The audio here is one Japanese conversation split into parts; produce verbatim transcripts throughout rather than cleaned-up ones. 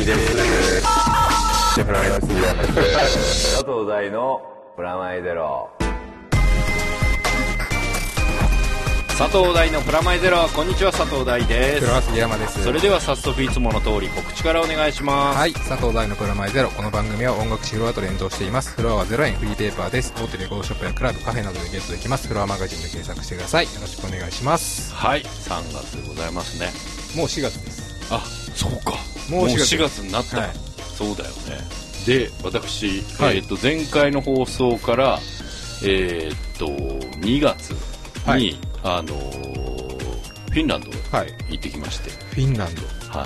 井です。佐藤大のプラマイゼロ。佐藤大のプラマイゼロ。こんにちは、佐藤大です。 プラス山です。 それでは早速いつもの通り告知からお願いします。 はい、佐藤大のプラマイゼロ。この番組は音楽誌フロアと連動しています。フロアはゼロえんフリーペーパーです。大手レコードショップやクラブ、カフェなどでゲットできます。フロアマガジンで検索してください。よろしくお願いします。 はい、さんがつでございますね。 もうしがつです。 あ、そうか、 もうしがつ、 もうしがつになった、はい、そうだよね。で、私、 はい、 えー、と前回の放送から、えー、とにがつに、はい、あのー、フィンランド行ってきまして、はい、 フィンランド、 はい、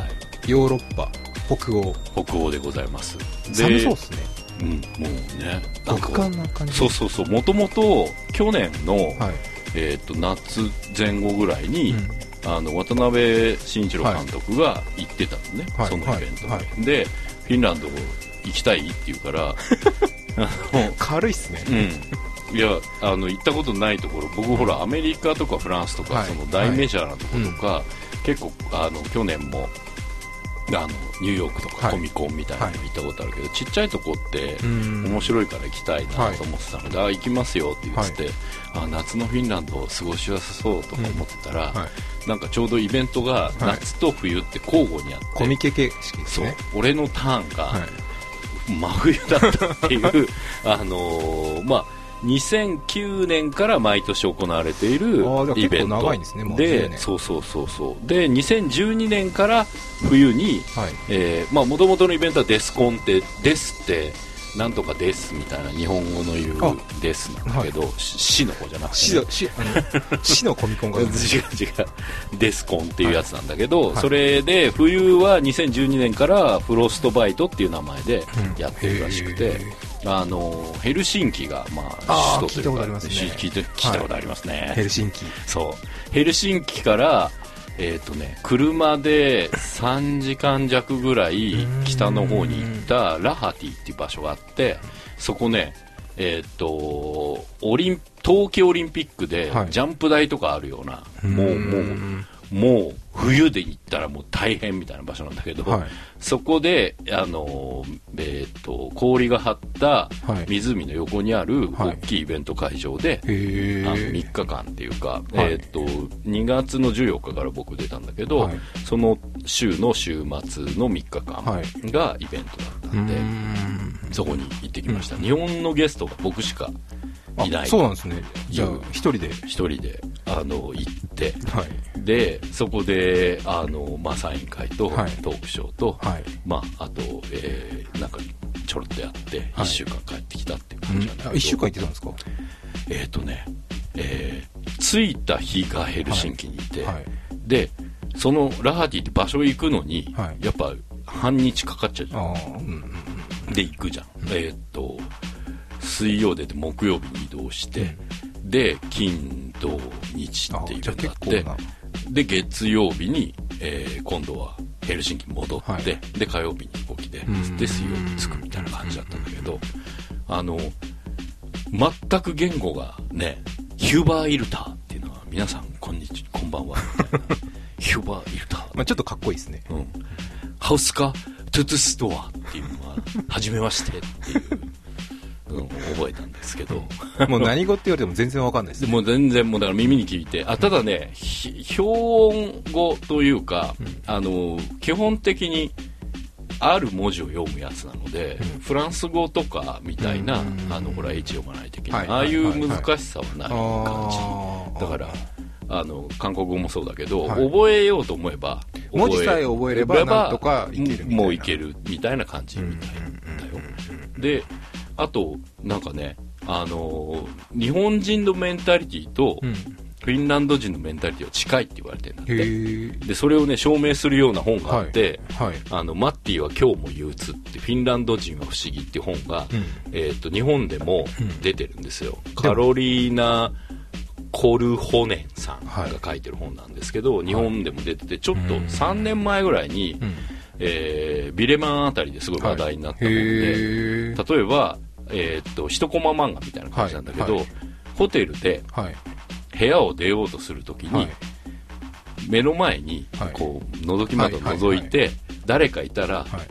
ヨーロッパ北欧北欧でございます。で、 寒そうですね。 うん、もうね、 極寒な感じ。 そうそうそう。もともと去年の、はい、えー、と夏前後ぐらいに、うん、あの渡辺慎一郎監督が行ってたのね、はい、そのイベント、はいはい、でフィンランド行きたいって言うから軽いっすね。 うん、いや、あの行ったことないところ、僕、うん、ほらアメリカとかフランスとか、はい、その大メジャーなところとか、はい、結構あの去年もあのニューヨークとかコミコンみたいなの行ったことあるけど、はい、ちっちゃいとこって面白いから行きたいなと思ってたので、はい、あ、行きますよって言ってて、はい、あ、夏のフィンランド過ごしやすそうとか思ってたら、うん、はい、なんかちょうどイベントが夏と冬って交互にあって、はい、 コミケ形式ですね。 そう、俺のターンが、はい、真冬だったっていうあのー、まあにせんきゅうねんから毎年行われているイベントで、そうそうそうそうでにせんじゅうにねんから冬に、はい、えー、まあ元々のイベントはデスコンって、デスってなんとかですみたいな日本語の言うですなんだけど、はい、死の方じゃなくて、ね、 死, の死のコミコンが違う違うデスコンっていうやつなんだけど、はい、それで冬はにせんじゅうにねんからフロストバイトっていう名前でやってるらしくて、うん、あのヘルシンキが、まあ、首都というか、聞いて聞いたことありますね、はい、 ヘルシンキ。 そうヘルシンキからえーとね、車でさんじかん弱ぐらい北の方に行ったラハティっていう場所があって、そこね、えーとオリン冬季オリンピックでジャンプ台とかあるような、はい、もうもうもう冬で行ったらもう大変みたいな場所なんだけど、はい、そこで、あのえー、と氷が張った湖の横にある大きいイベント会場で、はい、あのみっかかんっていうか、はい、えー、とにがつのじゅうよっかから僕出たんだけど、はい、その週の週末のみっかかんがイベントだったんで、はい、そこに行ってきました、うん、日本のゲストが僕しかいない。 そうなんですね。じゃあ一人で一人であの行って、はい、でそこであの、まあ、サイン会と、はい、トークショーと、はい、まあ、あと、えー、なんかちょろっとやって、はい、いっしゅうかん帰ってきたっていう感じなんだけど、 うん、いっしゅうかん行ってたんですか。 えっ、ー、とね、えー、着いた日がヘルシンキにいて、はいはい、でそのラハティって場所行くのに、はい、やっぱ半日かかっちゃうじゃん、うんうん、で行くじゃん、うん、えっ、ー、と水曜で木曜日に移動して、うん、で金土日っていうのがあってで月曜日に、えー、今度はヘルシンキに戻って、はい、で火曜日に飛行機でで水曜日着くみたいな感じだったんだけど、あの全く言語がね、ヒューバーイルターっていうのは皆さんこんにちこんばんはみたいなヒューバーイルター、 まあ、ちょっとかっこいいですね、うん、 ハウスカトゥトゥストアっていうのは初めましてっていううん、覚えたんですけどもう何語って言われても全然わかんないです、ね、 もう全然もうだから耳に聞いて、あただね、標音語というか、うん、あの基本的にある文字を読むやつなので、うん、フランス語とかみたいな、うん、あのほら H 読まないといけない、はい、ああいう難しさはない感じだから、あの韓国語もそうだけど、はい、覚えようと思えば文字さえ覚えればなんとかいけるみたいな、 もういけるみたいな感じみたいだよ、うん、であとなんかね、あのー、日本人のメンタリティと、うん、フィンランド人のメンタリティは近いって言われてるんだって。でそれをね証明するような本があって、はいはい、あのマッティは今日も憂鬱ってフィンランド人は不思議っていう本が、うん、えー、と日本でも出てるんですよ、うん、カロリーナ・コルホネンさんが書いてる本なんですけど、はい、日本でも出ててちょっとさんねんまえぐらいに、うん、えー、ビレマンあたりですごい話題になった本で、はい、例えばえー、っと一コマ漫画みたいな感じなんだけど、はいはい、ホテルで部屋を出ようとするときに、はい、目の前にこう覗き窓を覗いて、はいはいはいはい、誰かいたら、はい、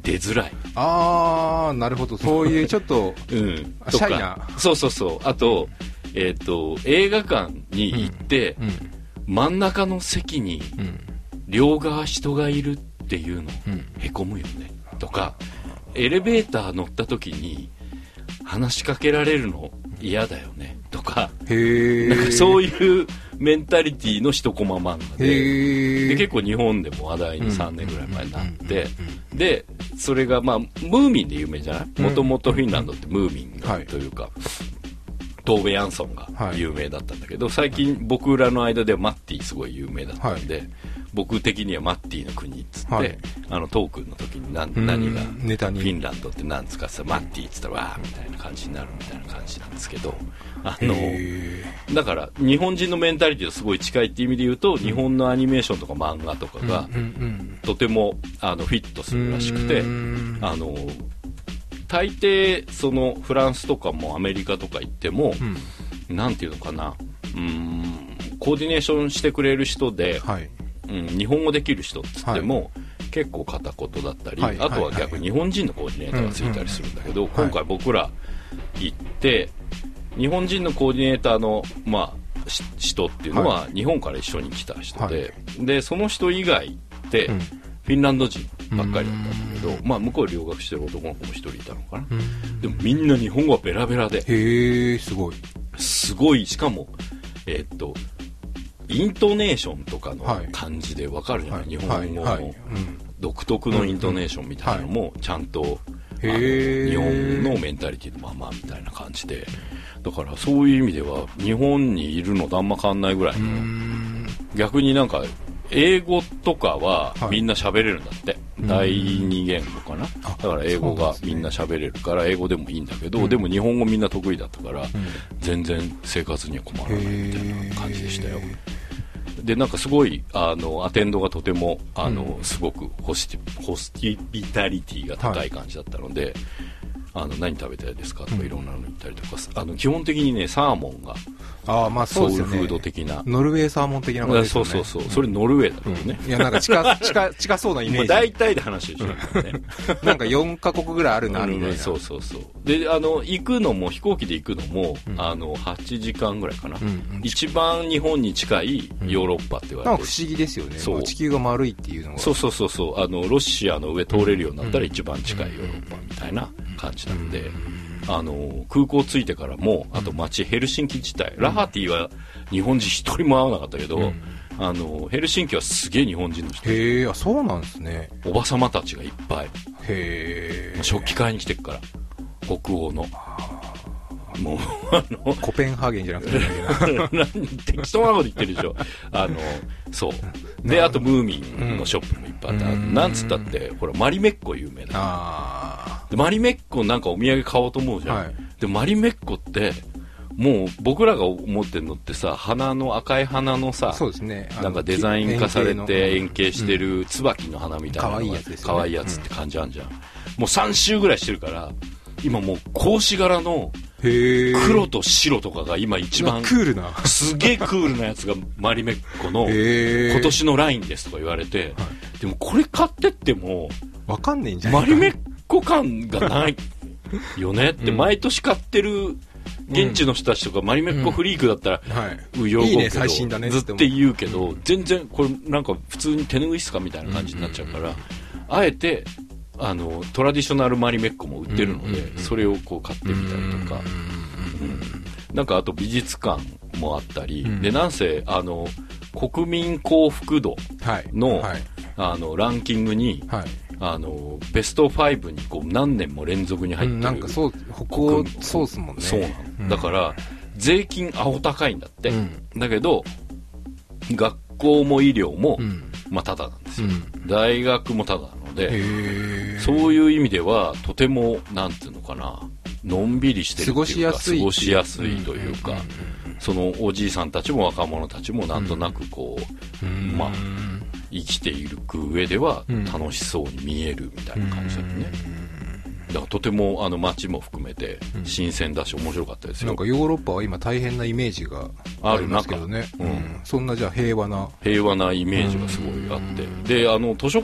出づらい。 ああ、なるほど。そういうちょっと、 うん、 シャイな。 そうそうそう。あと、えっと、映画館に行って、うんうん、真ん中の席に、両側人がいるっていうの、うん、へこむよね。とか、エレベーター乗った時に、話しかけられるの嫌だよね。とか、 へー、 なんかそういうメンタリティの一コマ漫画で、で結構日本でも話題にさんねんぐらい前になって、でそれがまあムーミンで有名じゃない。もともとフィンランドってムーミンがというか、はい、トーベ・ヤンソンが有名だったんだけど、最近僕らの間ではマッティすごい有名だったんで、はい、僕的にはマッティの国っつって、はい、あのトークの時に 何, 何がネタにフィンランドって何つかさ、マッティっつったらわーみたいな感じになるみたいな感じなんですけど、あのだから日本人のメンタリティとすごい近いっていう意味で言うと、日本のアニメーションとか漫画とかがとてもあのフィットするらしくて、あの大抵そのフランスとかもアメリカとか行っても、うん、なんていうのかな、うーんコーディネーションしてくれる人で、はい、うん、日本語できる人っつっても、はい、結構片言だったり、はい、あとは逆に日本人のコーディネーターがついたりするんだけど、今回僕ら行って日本人のコーディネーターの、まあ、人っていうのは日本から一緒に来た人で、はい、でその人以外ってフィンランド人ばっかりだったんだけど、まあ、向こう留学してる男の子も一人いたのかな。でもみんな日本語はベラベラで、 へー、すごいすごい。しかもえー、っとイントネーションとかの感じで分かるじゃない、はい、日本語の独特のイントネーションみたいなのもちゃんと、あの日本のメンタリティのままみたいな感じで、だからそういう意味では日本にいるのとあんま変わんないぐらいの、逆になんか英語とかはみんな喋れるんだって、はい、第二言語かな。だから英語がみんな喋れるから英語でもいいんだけど、うん、でも日本語みんな得意だったから、うん、全然生活には困らないみたいな感じでしたよ。でなんかすごいあのアテンドがとてもあの、うん、すごくホスティ、ホスティビタリティが高い感じだったので、はい、あの何食べたいですかとかいろんなの言ったりとか、うん、あの基本的にねサーモンがあ、まあそうですよね、 ソウルフード的なノルウェーサーモン的な感じですよね。 そうそうそう、それノルウェーだけどね、 うん、いやなんか近近近そうなイメージ、まあ、 大体で話でしょ、ね、 なんかよんカ国ぐらいあるなみたいな、 うん、そうそうそう。であの行くのも飛行機で行くのも、うん、あのはちじかんぐらいかな、うんうん、一番日本に近いヨーロッパって言われて、うん、 なんか不思議ですよね。そう、地球が丸いっていうのが、 そうそうそうそう、あのロシアの上通れるようになったら一番近いヨーロッパみたいな感じなんで、あの空港着いてからも、あと街ヘルシンキ自体、ラハティは日本人一人も会わなかったけど、うん、あのヘルシンキはすげえ日本人の人、 へえ、あ、そうなんですね。 おばさまたちがいっぱい、 へえ、 食器買いに来てるから、北欧のもうあのコペンハーゲンじゃなくて適当なこと言ってるでしょ。あのそうで、あとムーミンのショップもいっぱいあって、うん、なんつったってほらマリメッコ有名だ、あでマリメッコなんかお土産買おうと思うじゃん、はい、でマリメッコってもう僕らが思ってるのってさ、花の赤い花のさ、 そうですね、 なんかデザイン化されて円形してる椿の花みたいなのが、 可愛いやつですよね、 可愛いやつって感じあんじゃん、うん、もうさん周ぐらいしてるから今もう格子柄の黒と白とかが今一番クールなすげえクールなやつがマリメッコの今年のラインですとか言われて、はい、でもこれ買ってってもわかんねえんじゃないマリメッコ感がないよねって毎年買ってる現地の人たちとか、うん、マリメッコフリークだったら、 うん、はい、いいね最新だねずって言うけど、うん、全然これなんか普通に手拭いっすかみたいな感じになっちゃうから、うんうんうん、あえてあのトラディショナルマリメッコも売ってるので、うんうんうん、それをこう買ってみたりとか、うんうんうん、なんかあと美術館もあったり、うん、でなんせあの国民幸福度の、はいはい、あのランキングに、はい、あのベストファイブにこう何年も連続に入ってる、うん、 なんかそう北欧そうですもんね。 そうなの、うん、だから税金アホ高いんだって、うん、だけど学校も医療も、うん、まあタダなんですよ、うん、大学もタダなので、そういう意味ではとてもなんていうのかな、のんびりしてるっていうか過ごしやすい、過ごしやすいというか、うんうんうんうん、そのおじいさんたちも若者たちもなんとなくこう、うん、まあ生きていく上では楽しそうに見えるみたいな感じだよね、うん、だからとてもあの街も含めて新鮮だし面白かったですよ。 なんかヨーロッパは今大変なイメージがありますけどね、うん、そんなじゃあ平和な平和なイメージがすごいあって、であの図書館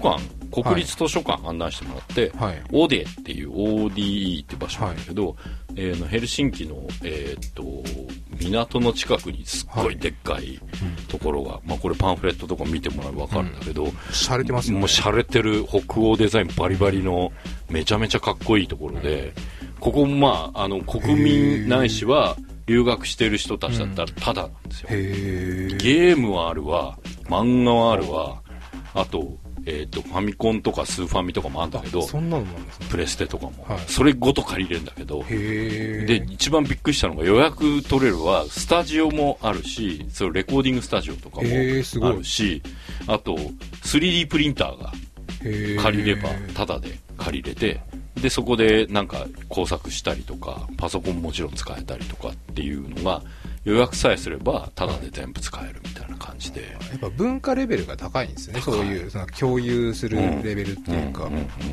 国立図書館案内してもらって、はい、オデっていう オーディーイー って場所なんだけど、はい、えー、のヘルシンキの、えー、っと港の近くにすっごいでっかいところが、はい、まあ、これパンフレットとか見てもらえば分かるんだけど、うん、 しゃれてますね。 もうしゃれてる北欧デザインバリバリのめちゃめちゃかっこいいところで、ここもまあ、あの国民ないしは留学してる人たちだったらタダなんですよ。へー、ゲームはあるわ、漫画はあるわ、あと、えー、とファミコンとかスーファミとかもあるんだけど、 そんなのもあるんですね、 プレステとかも、はい、それごと借りれるんだけど、 へー、 で一番びっくりしたのが予約取れるはスタジオもあるし、それレコーディングスタジオとかもあるし、あと スリーディー プリンターが借りればタダで借りれて、でそこでなんか工作したりとかパソコンもちろん使えたりとかっていうのが予約さえすればタダで全部使えるみたいな感じで、 やっぱ文化レベルが高いんですね。そういうその共有するレベルっていうか、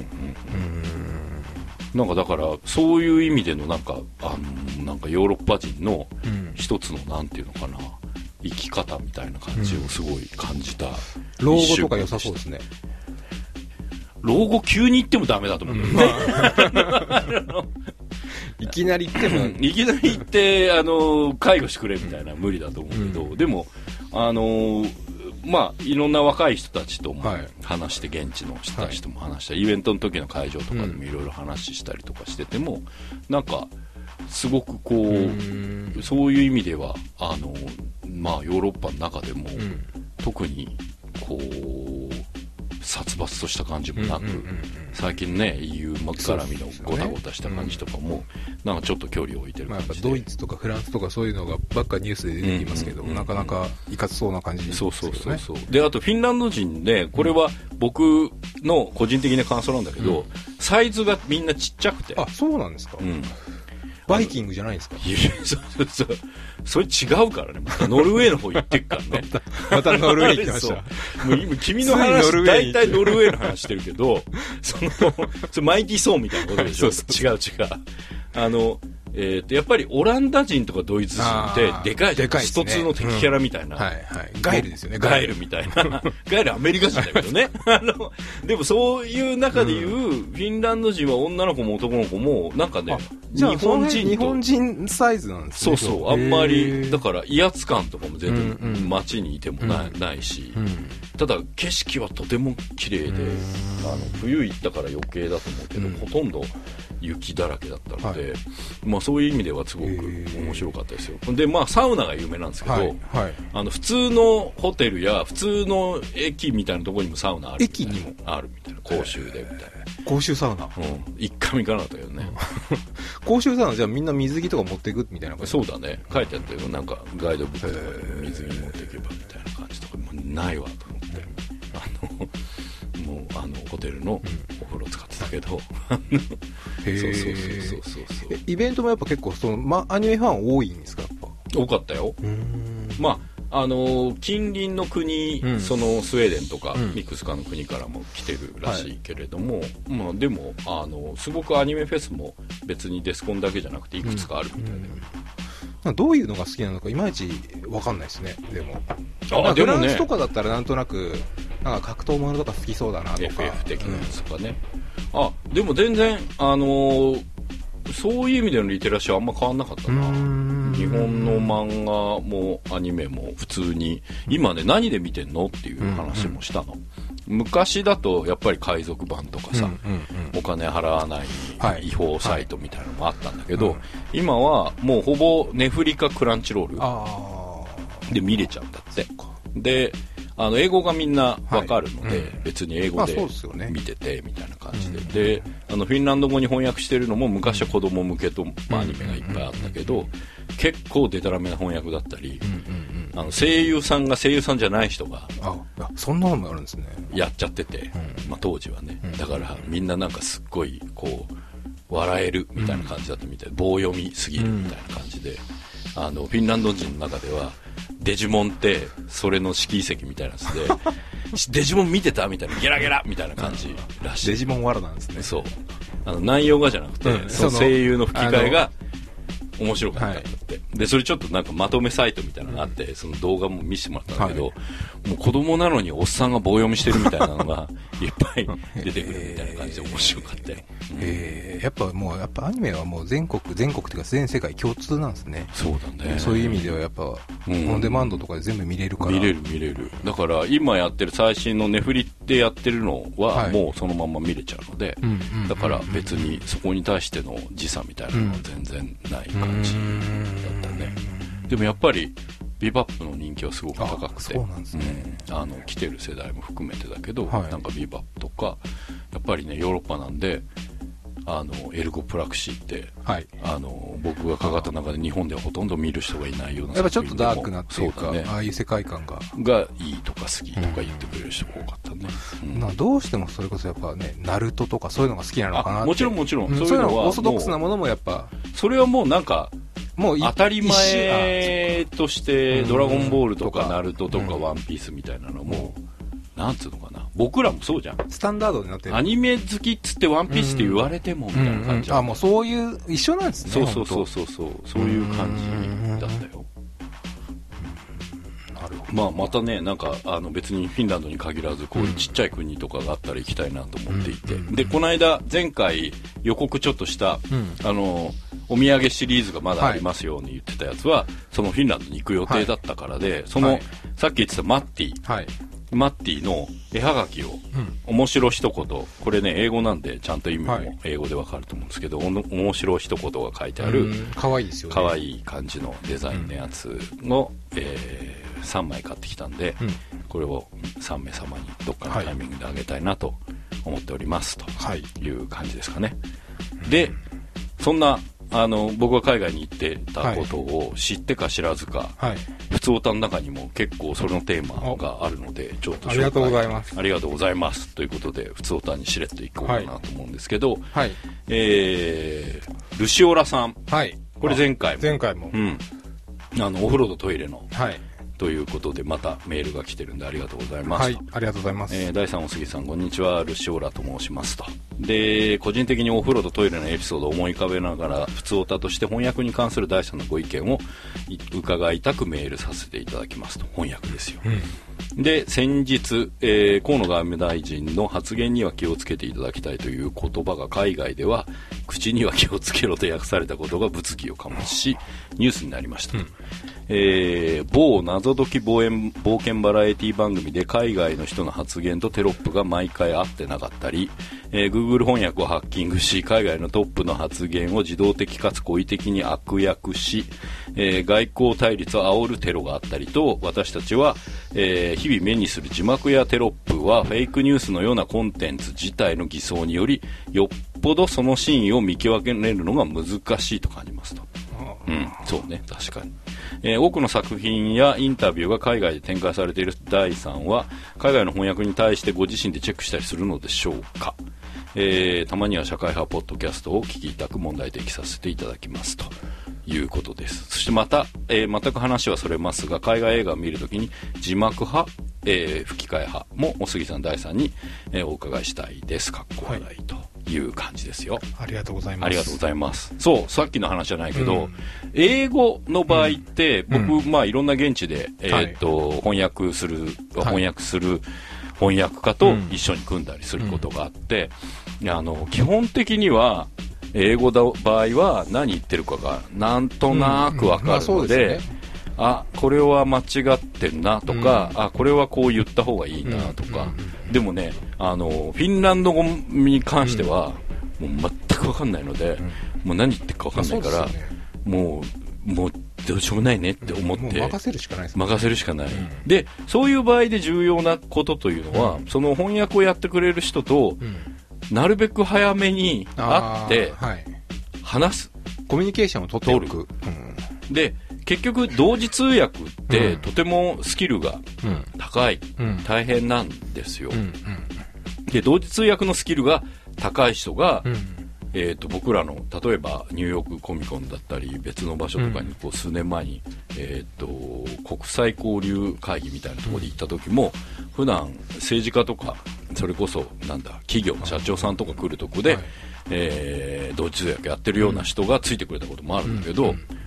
なんかだからそういう意味でのなんかあのなんかヨーロッパ人の一つのなんていうのかな、生き方みたいな感じをすごい感じた、うん、 老後とか良さそうですね。 老後急に行ってもダメだと思うんだよね、うん、 いきなり行ってもいきなり行ってあの介護してくれみたいな無理だと思うけど、うん、でもあのまあいろんな若い人たちとも話して、はい、現地の人たちとも話した、はい、イベントの時の会場とかでもいろいろ話したりとかしてても、うん、なんかすごくこう、うん、そういう意味ではあのまあヨーロッパの中でも、うん、特にこう殺伐とした感じもなく、うんうんうんうん、最近ね イーユー 絡みのゴタゴタした感じとかも、ね、うん、なんかちょっと距離を置いてる感じで、まあ、やっぱドイツとかフランスとかそういうのがばっかニュースで出てきますけど、うんうんうんうん、なかなかいかつそうな感じですよね。 そうそうそうそう。であとフィンランド人でこれは僕の個人的な感想なんだけど、うん、サイズがみんなちっちゃくて。 あ、そうなんですか、うん、バイキングじゃないですか。 いやそうそうそう、それ違うからね。またノルウェーの方行ってっからねまたノルウェー行きましたもう今君の話大体ノルウェーの話してるけどそのそれマイティソーみたいなことでしょ。そうそうそう、違う違う、あのえー、とやっぱりオランダ人とかドイツ人ってでかいじゃん、ストツーの敵キャラみたいな、うん、はいはい、 ガイルですよね。 ガイルみたいなガイルアメリカ人だけどねあのでもそういう中でいう、うん、フィンランド人は女の子も男の子もなんかね、 日本人と日本人サイズなんですね。 そうそう、あんまりだから威圧感とかも全然街にいても な,、うんうん、ないし、うん、ただ景色はとても綺麗で、あの冬行ったから余計だと思うけど、うん、ほとんど雪だらけだったので、はい、まあ、そういう意味ではすごく面白かったですよ。で、まあ、サウナが有名なんですけど、はいはい、あの普通のホテルや普通の駅みたいなところにもサウナあるみたいな。 駅にもあるみたいな、公衆でみたいな。 公衆サウナ、うん、 一回も行かなかったけどね公衆サウナじゃあみんな水着とか持っていくみたいな感じ。 そうだね、書いてあったよ、なんかガイドブックとかで水着持っていけばみたいな感じとかもないわと思って、あのもうあのホテルのお風呂使ってたけど、うん、へそうそうそうそうそう。 イベントもやっぱ結構その、ま、アニメファン多いんですか。やっぱ多かったよ。うーん、まああの近隣の国、うん、そのスウェーデンとか、うん、ミクスカの国からも来てるらしいけれども、はい、まあ、でもあのすごくアニメフェスも別にデスコンだけじゃなくていくつかあるみたいで、うんうん、どういうのが好きなのかいまいち分かんないですね。でもあでも、ね、フランスとかだったらなんとなくなんか格闘ものとか好きそうだなとかエフエフ 的なやつとかね、うん、あでも全然あのーそういう意味でのリテラシーはあんま変わんなかったな。日本の漫画もアニメも普通に今ね何で見てんのっていう話もしたの、うんうん、昔だとやっぱり海賊版とかさ、うんうんうん、お金払わない違法サイトみたいなのもあったんだけど、はいはい、今はもうほぼネフリかクランチロールで見れちゃうんだって。であの英語がみんな分かるので、はい、うん、別に英語で見ててみたいな感じで、まあ、であのフィンランド語に翻訳してるのも昔は子供向けと、まあ、アニメがいっぱいあったけど、結構デタラメな翻訳だったり、うんうんうん、あの声優さんが声優さんじゃない人がああそんなのもあるんですね。 やっちゃってて、うん、まあ、当時はね、うん、だからみんななんかすっごいこう笑えるみたいな感じだったみたい、うん、棒読みすぎるみたいな感じで、あのフィンランド人の中ではデジモンってそれの試金石みたいなやつでデジモン見てたみたいなゲラゲラみたいな感じらしい。 デジモンわらなんですね。 そう、あの内容がじゃなくて、うん、その声優の吹き替えが面白かったんだって、 でそれちょっとなんかまとめサイトみたいなのがあって、うん、その動画も見せてもらったんだけど、はい、もう子供なのにおっさんが棒読みしてるみたいなのがいっぱい出てくるみたいな感じで面白かったよ。 へー、やっぱもうやっぱアニメはもう全国全国っていうか全世界共通なんですね。 そうだね。 そういう意味ではやっぱ、うん、オンデマンドとかで全部見れるから。 見れる見れる。だから今やってる最新のネフリでやってるのはもうそのまま見れちゃうので、はい、だから別にそこに対しての時差みたいなのは全然ない感じだったね。でもやっぱりビバップの人気はすごく高くて、 そうなんですね、 うん、あの来てる世代も含めてだけど、はい、なんかビバップとかやっぱりねヨーロッパなんであのエルゴプラクシーって、はい、あの僕がかかった中で日本ではほとんど見る人がいないようなやっぱちょっとダークなっていうか、ね、ああいう世界観ががいいとか好きとか言ってくれる人が多かったね、 うんうん、などうしてもそれこそやっぱねナルトとかそういうのが好きなのかなって。 もちろんもちろん、うん、 そういうのはオーソドックスなものもやっぱそれはもうなんかもう当たり前としてドラゴンボールとかナルトとかワンピースみたいなのも、うん、なんつうのかな、僕らもそうじゃん、 スタンダードになってる。 アニメ好きっつってワンピースって言われてもみたいな感じ、 うんうん、あもうそういう一緒なんですね。 そうそうそうそうそうそういう感じだったよ。まあ、またねなんかあの別にフィンランドに限らずこういうちっちゃい国とかがあったら行きたいなと思っていて、うん、でこの間前回予告ちょっとした、うん、あのお土産シリーズがまだありますように言ってたやつは、はい、そのフィンランドに行く予定だったからで、はい、その、はい、さっき言ってたマッティ、はい、マッティの絵はがきを、うん、面白一言、これね英語なんでちゃんと意味も英語でわかると思うんですけど、はい、おの面白一言が書いてあるかわいいですよね、 かわいい感じのデザインのやつの、うん、えーさんまい買ってきたんで、うん、これをさんめい様にどっかのタイミングであげたいなと思っておりますという感じですかね、はい、でそんなあの僕が海外に行ってたことを知ってか知らずか、はい、ふつおたの中にも結構それのテーマがあるのでちょっと紹介、 ありがとうございますありがとうございますということでふつおたにしれっといこうかなと思うんですけど、はい、えー、ルシオラさん、はい、これ前回も前回も、 うん、あのお風呂とトイレの、はいということでまたメールが来てるんでありがとうございます。 はい、ありがとうございます。 えー、だいさんお杉さんこんにちは、ルシオーラと申しますと。で個人的にお風呂とトイレのエピソードを思い浮かべながら普通オタとして翻訳に関するだいさんのご意見を伺いたくメールさせていただきますと。翻訳ですよ、うん、で先日、えー、河野外務大臣の発言には気をつけていただきたいという言葉が海外では口には気をつけろと訳されたことが物議を醸しニュースになりました、うん、えー、某謎解き冒険バラエティ番組で海外の人の発言とテロップが毎回合ってなかったり、えー、Google 翻訳をハッキングし海外のトップの発言を自動的かつ故意的に悪訳し、えー、外交対立を煽るテロがあったりと私たちは、えー、日々目にする字幕やテロップはフェイクニュースのようなコンテンツ自体の偽装によりよっぽどその真意を見極めるのが難しいと感じますと。うん、そうね確かに、えー、多くの作品やインタビューが海外で展開されているだいさんは海外の翻訳に対してご自身でチェックしたりするのでしょうか。えー、たまには社会派ポッドキャストを聞きたく問題提起させていただきますということです。そしてまた、えー、全く話はそれますが海外映画を見るときに字幕派、えー、吹き替え派もお杉さんだいさんに、えー、お伺いしたいですかっこ笑いと、はいいう感じですよ。 ありがとうございます。 ありがとうございます。そうさっきの話じゃないけど、うん、英語の場合って、うん、僕、まあいろんな現地で、えーっと、はい、翻訳する翻訳する、はい、翻訳家と一緒に組んだりすることがあって、うん、あの基本的には英語の場合は何言ってるかがなんとなくわかるので、あこれは間違ってんなとか、うん、あこれはこう言った方がいいなとか、うん、でもねあのフィンランド語に関しては、うん、もう全く分かんないので、うん、もう何言ってるか分かんないから、ね、もうもうどうしようもないねって思って、うん、 任せるしかないですね。 任せるしかない、うん、でそういう場合で重要なことというのは、うん、その翻訳をやってくれる人と、うん、なるべく早めに会って話す、 はい、コミュニケーションを取っておく、 うん、で結局同時通訳ってとてもスキルが高い、うん、大変なんですよ、うんうん、で同時通訳のスキルが高い人が、うんえー、と僕らの例えばニューヨークコミコンだったり別の場所とかにこう数年前に、えー、と国際交流会議みたいなところで行った時も普段政治家とかそれこそなんだ企業の社長さんとか来るとこで、はいえー、同時通訳やってるような人がついてくれたこともあるんだけど、うんうん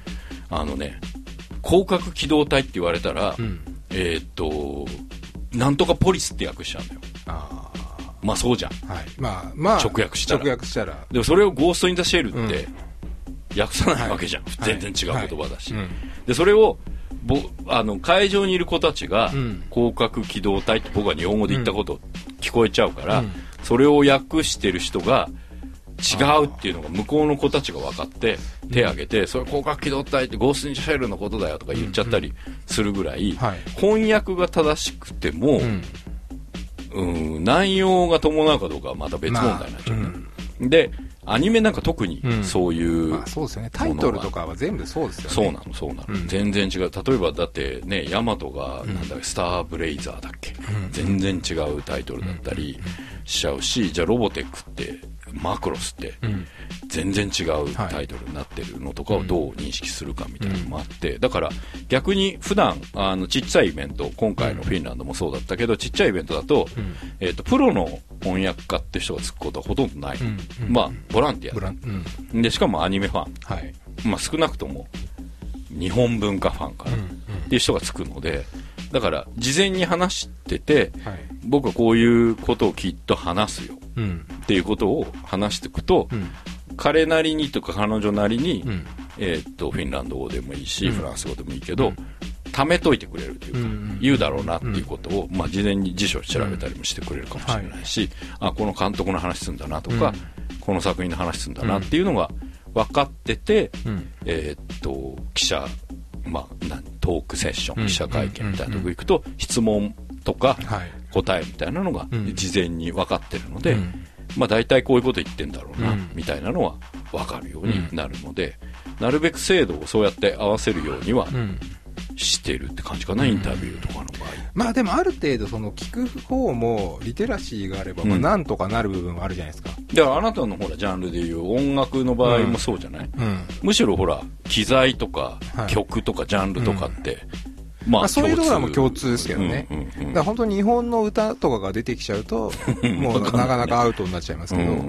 あのね広角機動隊って言われたら、うん、えー、っとなんとかポリスって訳しちゃうんだよ。あまあそうじゃん、はい、まあまあ直訳したら直訳したらでもそれをゴーストインザシェルって訳さないわけじゃん、はい、全然違う言葉だし、はいはいうん、でそれをぼあの会場にいる子たちが、うん、広角機動隊って僕は日本語で言ったこと聞こえちゃうから、うん、それを訳してる人が違うっていうのが向こうの子たちが分かって手を挙げて、うん、それ広角機動隊ってゴーストインザシェルのことだよとか言っちゃったりするぐらい、うんうんはい、翻訳が正しくても、うんうん、内容が伴うかどうかはまた別問題になっちゃうね、まあうん、でアニメなんか特にそういう、うんまあ、そうですよねタイトルとかは全部そうですよねそうなのそうなの、うん、全然違う例えばだってねヤマトがなんだ、うん、スターブレイザーだっけ、うん、全然違うタイトルだったりしちゃうしじゃあロボテックってマクロスって全然違うタイトルになってるのとかをどう認識するかみたいなのもあってだから逆に普段あのちっちゃいイベント今回のフィンランドもそうだったけどちっちゃいイベントだと、えーとプロの翻訳家って人がつくことはほとんどない、まあボランティアでしかもアニメファン、はいまあ、少なくとも日本文化ファンからっていう人がつくのでだから事前に話してて、はい、僕はこういうことをきっと話すよ、うん、っていうことを話していくと、うん、彼なりにとか彼女なりに、うんえー、っとフィンランド語でもいいし、うん、フランス語でもいいけど、うん、貯めといてくれるというか、うん、言うだろうなっていうことを、まあ、事前に辞書を調べたりもしてくれるかもしれないし、うんはい、あこの監督の話するんだなとか、うん、この作品の話するんだなっていうのが分かってて、うんえー、っと記者まあ、トークセッション記者会見みたいなとこ行くと質問とか答えみたいなのが事前に分かってるので、まあ、大体こういうこと言ってんだろうなみたいなのは分かるようになるのでなるべく精度をそうやって合わせるようにはしてるって感じかなインタビューとかの場合まあでもある程度その聞く方もリテラシーがあればまあなんとかなる部分はあるじゃないですか、うん、 だからあなたのほらジャンルでいう音楽の場合もそうじゃない、うんうん、むしろほら機材とか曲とかジャンルとかって、はいうんまあ、 そういうところはもう共通ですけどね、うんうんうん、だから本当に日本の歌とかが出てきちゃうともうなかなかアウトになっちゃいますけど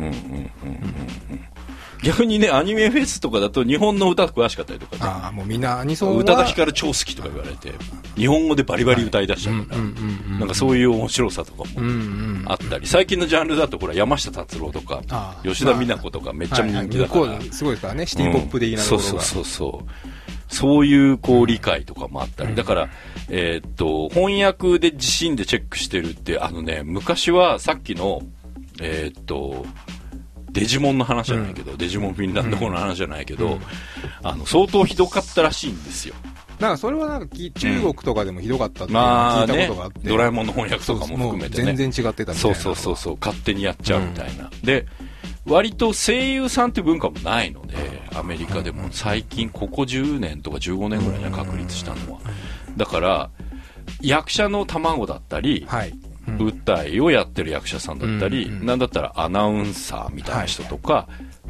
逆にねアニメフェスとかだと日本の歌詳しかったりとかねああもうみんなアニソンは宇多田ヒカル超好きとか言われて日本語でバリバリ歌い出しちゃうから、はいうんうんうんうん、なんかそういう面白さとかもあったり最近のジャンルだとほら山下達郎とか吉田美奈子とかめっちゃ人気だから、まあはいはい、 すごいですからねシティポップでいいなところが、 うん、そうそうそうそうそういうこう理解とかもあったりだから、えー、っと翻訳で自身でチェックしてるってあのね昔はさっきのえー、っとデジモンの話じゃないけど、うん、デジモンフィンランド語の話じゃないけど、うん、あの相当ひどかったらしいんですよ。 なんかそれはなんか中国とかでもひどかったっていうのを聞いたことがあって、まあね、 ドラえもんの翻訳とかも含めてね全然違ってたみたいなそうそうそうそう勝手にやっちゃうみたいな、うん、で割と声優さんっていう文化もないのでアメリカでも最近ここじゅうねんとかじゅうごねんぐらいには確立したのはだから役者の卵だったり、はい舞台をやってる役者さんだったり、うんうん、なんだったらアナウンサーみたいな人とか、はい、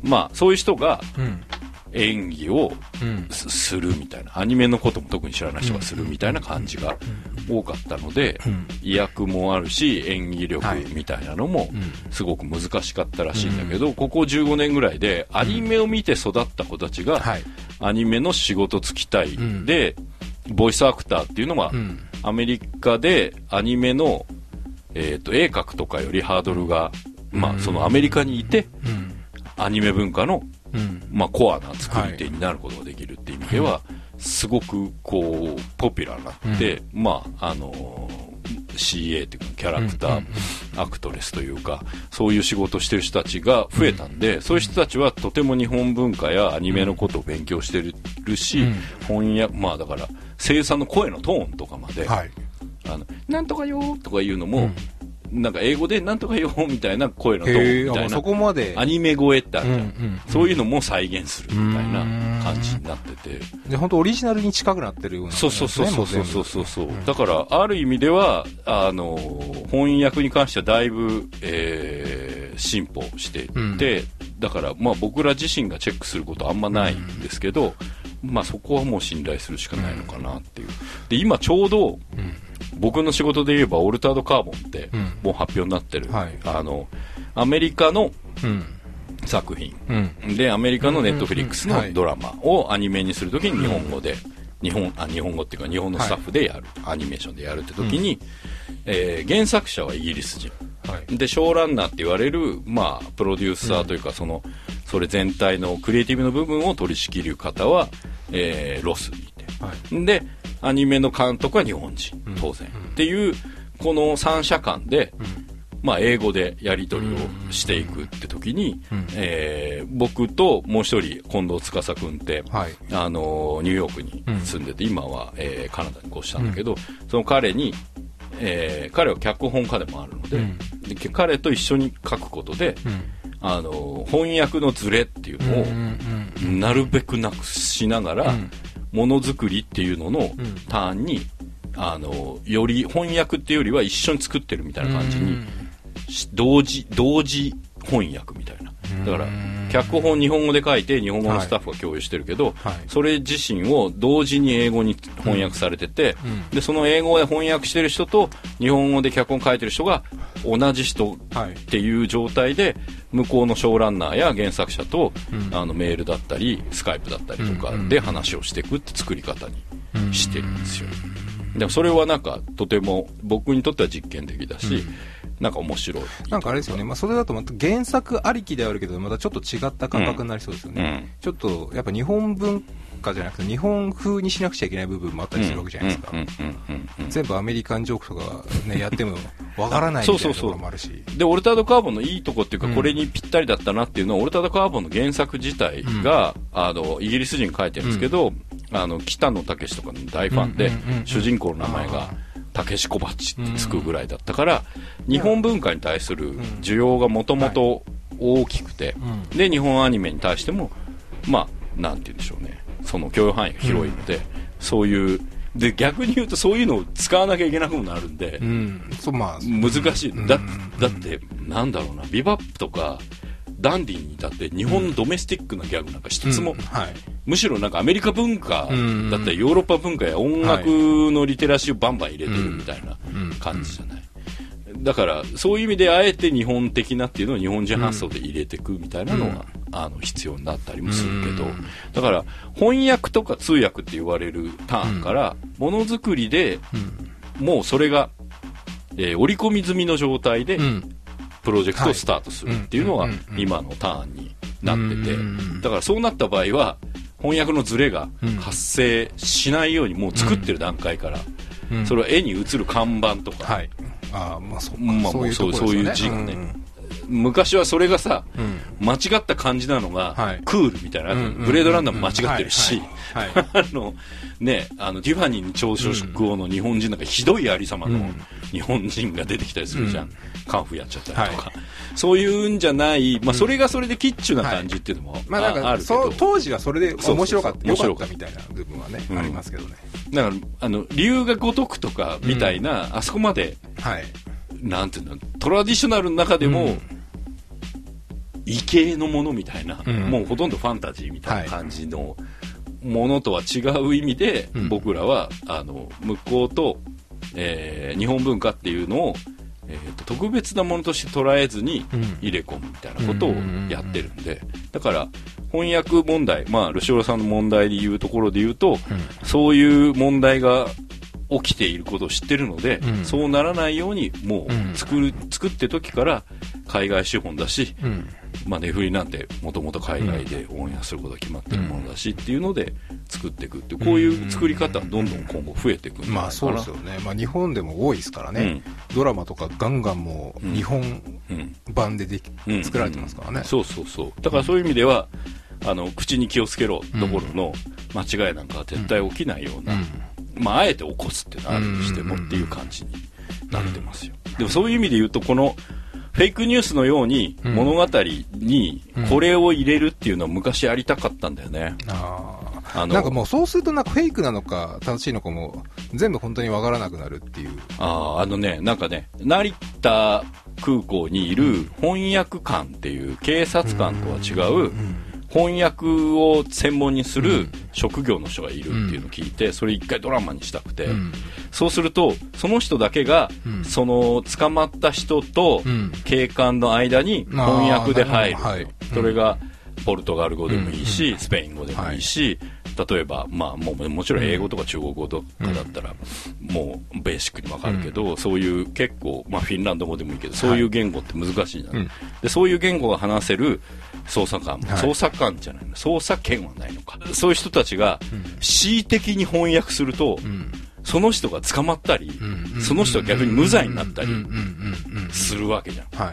まあそういう人が演技をするみたいなアニメのことも特に知らない人がするみたいな感じが多かったので、うん、意訳もあるし演技力みたいなのもすごく難しかったらしいんだけど、うん、ここじゅうごねんぐらいでアニメを見て育った子たちがアニメの仕事つきたいで、うん、ボイスアクターっていうのはアメリカでアニメのえー、と絵描くとかよりハードルが、まあ、そのアメリカにいて、うん、アニメ文化の、うんまあ、コアな作り手になることができるっていう意味では、はい、すごくこうポピュラーになって、うんまああのー、シーエー っていうかキャラクター、うん、アクトレスというかそういう仕事をしてる人たちが増えたんで、うん、そういう人たちはとても日本文化やアニメのことを勉強してるし、うん、翻訳まあだから声優さんの声のトーンとかまで、はいあのなんとかよーとか言うのも、うん、なんか英語でなんとかよーみたいな声のトーンみたいなそこまでアニメ声ってあるじゃん、うんうんうん、そういうのも再現するみたいな感じになっててで本当オリジナルに近くなってるような、ね、 そうそうそうそうそうそうそう、うん、だからある意味ではあの翻訳に関してはだいぶ、えー、進歩していって、うん、だからまあ僕ら自身がチェックすることあんまないんですけど、うん、まあそこはもう信頼するしかないのかなっていうで今ちょうど、うん僕の仕事で言えばオルタードカーボンってもう発表になってる、うんはい、あのアメリカの、うん作品、 うん、 でアメリカのネットフリックスのドラマをアニメにするときに日本語で、日本あ日本語っていうか日本のスタッフでやる、はい、アニメーションでやるってときに、うんえー、原作者はイギリス人、はい、でショーランナーって言われる、まあ、プロデューサーというか、うん、そのそれ全体のクリエイティブの部分を取り仕切る方は、えー、ロスにいて、はい、でアニメの監督は日本人当然、うん、っていうこの三者間で、うんまあ、英語でやり取りをしていくって時に、うんえー、僕ともう一人近藤司君って、はい、あのニューヨークに住んでて、うん、今は、えー、カナダに越したんだけど、うん、その彼に、えー、彼は脚本家でもあるので、うん、で彼と一緒に書くことで、うん、あの翻訳のズレっていうのをなるべくなくしながら、ものづくりっていうののターンにあのより翻訳っていうよりは一緒に作ってるみたいな感じに同時同時翻訳みたいな。だから脚本日本語で書いて日本語のスタッフが共有してるけど、はいはい、それ自身を同時に英語に翻訳されてて、うん、でその英語で翻訳してる人と日本語で脚本書いてる人が同じ人っていう状態で向こうのショーランナーや原作者と、うん、あのメールだったりスカイプだったりとかで話をしていくって作り方にしてるんですよ。でもそれはなんかとても僕にとっては実験的だし、うんなんか面白い。 なんかあれですよね、まあ、それだとまた原作ありきであるけどまたちょっと違った感覚になりそうですよね、うん、ちょっとやっぱ日本文化じゃなくて日本風にしなくちゃいけない部分もあったりするわけじゃないですか。全部アメリカンジョークとか、ね、やってもわからないみたいなところもあるしそうそうそうでオルタードカーボンのいいとこっていうか、うん、これにぴったりだったなっていうのはオルタードカーボンの原作自体が、うん、あのイギリス人書いてるんですけど、うん、あの北野武とかの大ファンで、うんうんうんうん、主人公の名前がたけしこばっちってつくぐらいだったから、うん、日本文化に対する需要がもともと大きくて、うん、で日本アニメに対してもまあなんて言うんでしょうねその許容範囲が広いので、うん、そういうで逆に言うとそういうのを使わなきゃいけなくもなるんで、うんそうまあ、難しい、うん、だ, だってなんだろうなビバップとかダンディに至って日本のドメスティックなギャグなんか一つも、うんはい、むしろなんかアメリカ文化だったりヨーロッパ文化や音楽のリテラシーをバンバン入れてるみたいな感じじゃない、うん、だからそういう意味であえて日本的なっていうのを日本人発想で入れていくみたいなのは、うん、あの必要になったりもするけど、うん、だから翻訳とか通訳って言われるターンからものづくりでもうそれが、えー、織り込み済みの状態で、うんプロジェクトをスタートするっていうのが今のターンになっててだからそうなった場合は翻訳のズレが発生しないようにもう作ってる段階からそれは絵に映る看板とか、はいあまあそうまあそういうところですよね、そういう字がね、うん昔はそれがさ、うん、間違った感じなのが、はい、クールみたいな、うん、ブレードランナーも間違ってるし、あのね、あのティファニーに朝食をの日本人なんかひどいありさまの日本人が出てきたりするじゃん、うん、カンフーやっちゃったりとか、はい、そういうんじゃない、まあ、それがそれでキッチュな感じっていうのも、はいまあ、なんかあるけど当時はそれで面白かったよかったみたいな部分はね、うん、ありますけどねだからあの理由が如くとかみたいな、うん、あそこまで、はい、なんていうのトラディショナルの中でも、うん異形のものみたいな、うん、もうほとんどファンタジーみたいな感じのものとは違う意味で、はい、僕らはあの向こうと、えー、日本文化っていうのを、えー、と特別なものとして捉えずに入れ込むみたいなことをやってるんでだから翻訳問題、まあルシオラさんの問題でいうところで言うと、うん、そういう問題が起きていることを知ってるので、うん、そうならないようにもう作る、うん、作って時から海外資本だし、うんまあ、ネフリなんてもともと海外でオンエアすることが決まってるものだし、うん、っていうので作っていくってこういう作り方はどんどん今後増えていくんじゃないかな、まあそうですよね、まあ、日本でも多いですからね、うん、ドラマとかガンガンもう日本版ででき、うん、作られてますからね、うんうん、そうそうそうだからそういう意味ではあの口に気をつけろところの間違いなんかは絶対起きないような、うんまあ、あえて起こすっていうのはあるにしてもっていう感じになってますよ。でもそういう意味で言うとこのフェイクニュースのように物語にこれを入れるっていうのは昔やりたかったんだよね、うんうん、ああのなんかもうそうするとなんかフェイクなのか正しいのかも全部本当に分からなくなるっていうあああのねなんかね成田空港にいる翻訳官っていう警察官とは違う、うんうんうん翻訳を専門にする職業の人がいるっていうのを聞いてそれ一回ドラマにしたくて、うん、そうするとその人だけが、うん、その捕まった人と警官の間に翻訳で入る、はい、 それがポルトガル語でもいいし、うん、スペイン語でもいいし、はい、例えば、まあ、もうもちろん英語とか中国語とかだったら、もうベーシックにわかるけど、うん、そういう結構、まあ、フィンランド語でもいいけど、そういう言語って難しいな、はい、でそういう言語が話せる捜査官、はい、捜査官じゃないの、捜査権はないのか、そういう人たちが恣意的に翻訳すると、うん、その人が捕まったり、うん、その人が逆に無罪になったりするわけじゃん。はい、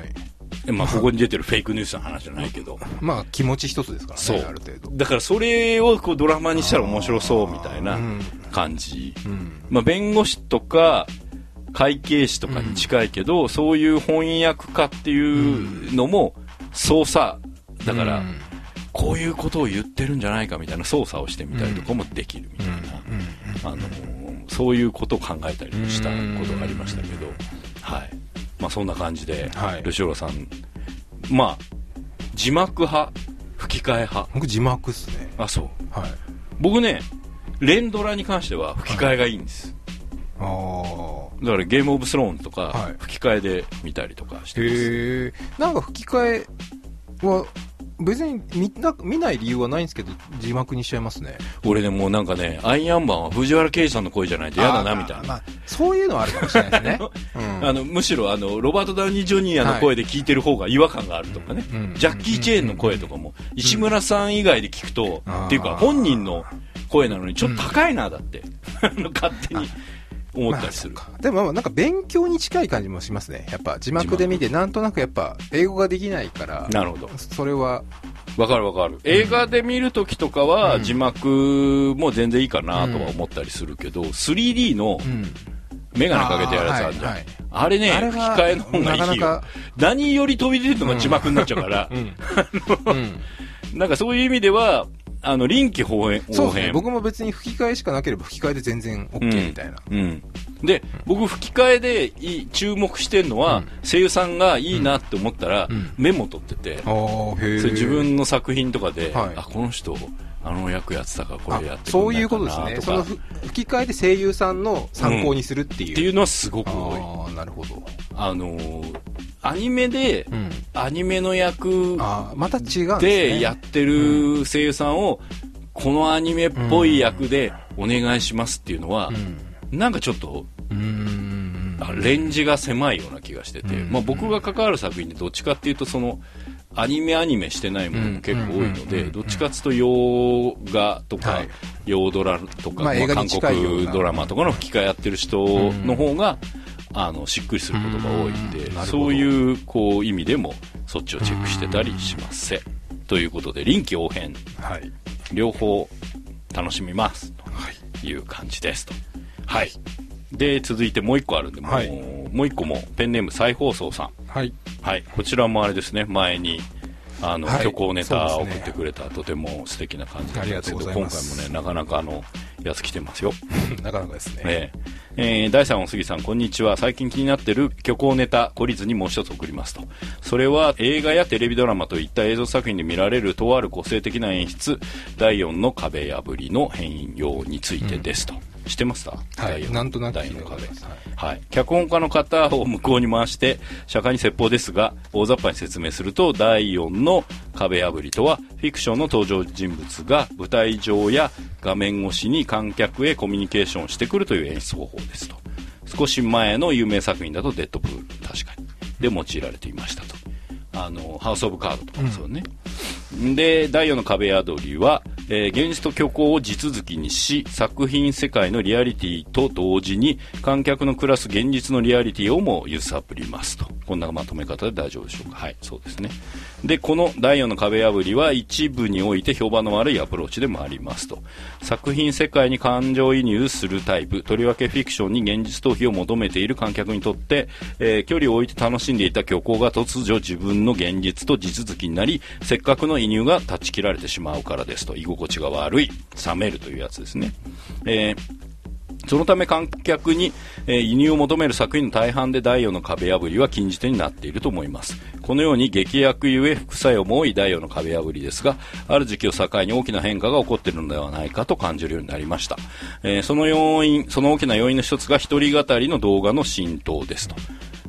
まあ、ここに出てるフェイクニュースの話じゃないけど、 まあ気持ち一つですからね。そう、ある程度だからそれをこうドラマにしたら面白そうみたいな感じ、うんうん、まあ、弁護士とか会計士とかに近いけど、うん、そういう翻訳家っていうのも捜査だから、うん、こういうことを言ってるんじゃないかみたいな捜査をしてみたりとかもできるみたいな、あのそういうことを考えたりしたことがありましたけど、はい、まあ、そんな感じで、はい、ルシオラさん、まあ、字幕派吹き替え派。 僕字幕っすね。 あ、そう、はい、僕ね連ドラに関しては吹き替えがいいんです、はい、あだからゲームオブスローンとか吹き替えで見たりとかしてます、はい、 へえ。なんか吹き替えは別に 見, な見ない理由はないんですけど字幕にしちゃいますね。 俺ね、もうなんかね、アイアンマンは藤原啓治さんの声じゃないと嫌だなみたいな、まあ、 そういうのはあるかもしれないですねうん、あのむしろあのロバート・ダウニー・ジュニアの声で聞いてる方が違和感があるとかね、はい、ジャッキー・チェーンの声とかも石村さん以外で聞くと、うん、っていうか本人の声なのにちょっと高いな、だって、うん、勝手に思ったりする、まあ、 でもなんか勉強に近い感じもしますね。やっぱ字幕で見てなんとなくやっぱ英語ができないから。 なるほど、 それはわかるわかる、うん、映画で見るときとかは字幕も全然いいかなとは思ったりするけど、うん、スリーディー のメガネかけてやるやつあるじゃん、あ,、はいはい、あれね、あれ吹き替えの方がいいよ。なかなか何より飛び出るのが字幕になっちゃうから、うんうん、なんかそういう意味ではあの臨機応変。 そうですね、僕も別に吹き替えしかなければ吹き替えで全然 OK みたいな、 うんうん、で僕吹き替えでいい注目してるのは、うん、声優さんがいいなって思ったら、うん、メモ取ってて、うん、それ自分の作品とかで、はい、あこの人あの役やってたからこれやってくんないかなとか、 そういうことですね。その吹き替えで声優さんの参考にするっていう、うん、 っていうのはすごく多い。 あ、なるほど。 あのー、アニメで、うん、アニメの役また違うんでやってる声優さんを、このアニメっぽい役でお願いしますっていうのは、うん、なんかちょっと、うーん、レンジが狭いような気がしてて、まあ、僕が関わる作品でどっちかっていうとそのアニメアニメしてないものも結構多いので、どっちかっていうと洋画とか、はい、洋ドラとか、まあまあ、韓国ドラマとかの吹き替えやってる人の方が、あのしっくりすることが多いんで、んそういう、こう意味でもそっちをチェックしてたりします。ということで臨機応変、はい、両方楽しみますという感じですと。はい。で続いてもう一個あるんで、はい、もうもう一個もペンネーム再放送さん、はい、はい、こちらもあれですね、前にあの、はい、虚構ネタを送ってくれた、ね、とても素敵な感じなんですけど、今回もねなかなかあのやつ来てますよなかなかですね、 えーえー、だいさんお杉さんこんにちは。最近気になってる虚構ネタ懲りずにもう一つ送りますと。それは映画やテレビドラマといった映像作品で見られるとある個性的な演出、だいよんの壁破りの変容についてですと、うん、知ってますか？ はい、なんとなく聞いたことあります。はい、脚本家の方を向こうに回して釈迦に説法ですが、大雑把に説明すると、だいよんの壁破りとはフィクションの登場人物が舞台上や画面越しに観客へコミュニケーションしてくるという演出方法ですと。少し前の有名作品だとデッドプール、確かにで用いられていましたと。あのハウスオブカードとかですよね、うん、でだいよんの壁破りは、えー、現実と虚構を地続きにし、作品世界のリアリティと同時に観客の暮らす現実のリアリティをも揺さぶりますと。こんなまとめ方で大丈夫でしょうか？はい、そうですね。でこのだいよんの壁破りは一部において評判の悪いアプローチでもありますと。作品世界に感情移入するタイプ、とりわけフィクションに現実逃避を求めている観客にとって、えー、距離を置いて楽しんでいた虚構が突如自分の現実と地続きになり、せっかくの移入が断ち切られてしまうからですと。居心地が悪い、冷めるというやつですね。えーそのため観客に、えー、移入を求める作品の大半でだいよんの壁破りは禁じ手になっていると思います。このように劇薬ゆえ副作用も多いだいよんの壁破りですが、ある時期を境に大きな変化が起こっているのではないかと感じるようになりました。えー、その要因、その大きな要因の一つが一人語りの動画の浸透ですと。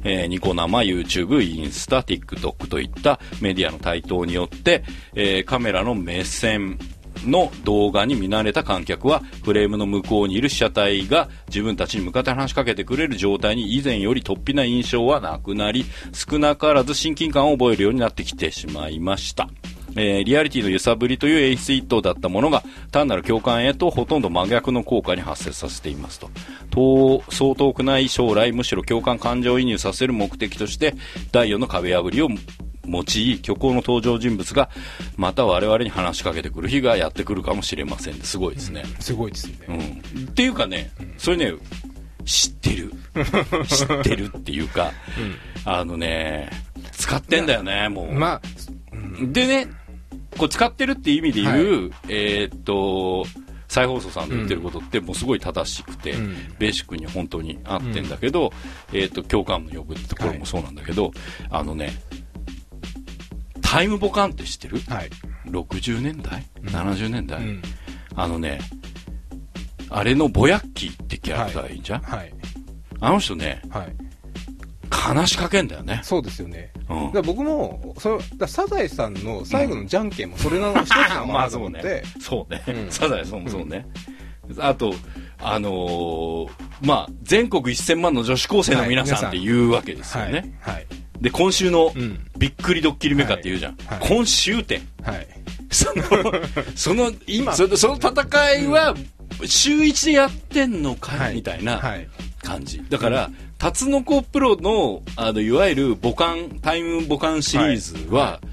えー、ニコ生、YouTube、インスタ、TikTok といったメディアの台頭によって、えー、カメラの目線の動画に見慣れた観客はフレームの向こうにいる被写体が自分たちに向かって話しかけてくれる状態に以前より突飛な印象はなくなり、少なからず親近感を覚えるようになってきてしまいました。えー、リアリティの揺さぶりという演出一途だったものが単なる共感へとほとんど真逆の効果に発生させていますと。とそう遠くない将来、むしろ共感感情移入させる目的としてだいよんの壁破りを用い、虚構の登場人物がまた我々に話しかけてくる日がやってくるかもしれません。すごいですね、 うん、すごいですね、 うん、っていうかね、うん、それね知ってる知ってるっていうか、うん、あのね使ってんだよねもう、まあうん、でねこう使ってるっていう意味で言う、はい、えー、っと再放送さんの言ってることってもうすごい正しくて、うん、ベーシックに本当に合ってんだけど、うん、えー、っと共感の呼ぶってところもそうなんだけど、はい、あのねタイムボカンって知ってる、はい、ろくじゅうねんだい、うん、ななじゅうねんだい、うん、あのねあれのボヤッキーってキャラクターいいじゃん、はいはい、あの人ね、はい、話しかけんだよね。 そうですよね、うん、だから僕もそれだサザエさんの最後のじゃんけんもそれの一つなのかなと思って、 うん、そうね、そうね、うん、サザエさんもそうね、うん、あとあのー、まあ全国せんまんの女子高生の皆さんって言うわけですよね、はいはい、で今週のびっくりドッキリメカって言うじゃん、はいはい、今週点、はい、そのその今その、その戦いは週いちでやってんのか、はい、みたいな感じだから、うん、タツノコプロ の, あのいわゆるボカンタイムボカンシリーズは、はい、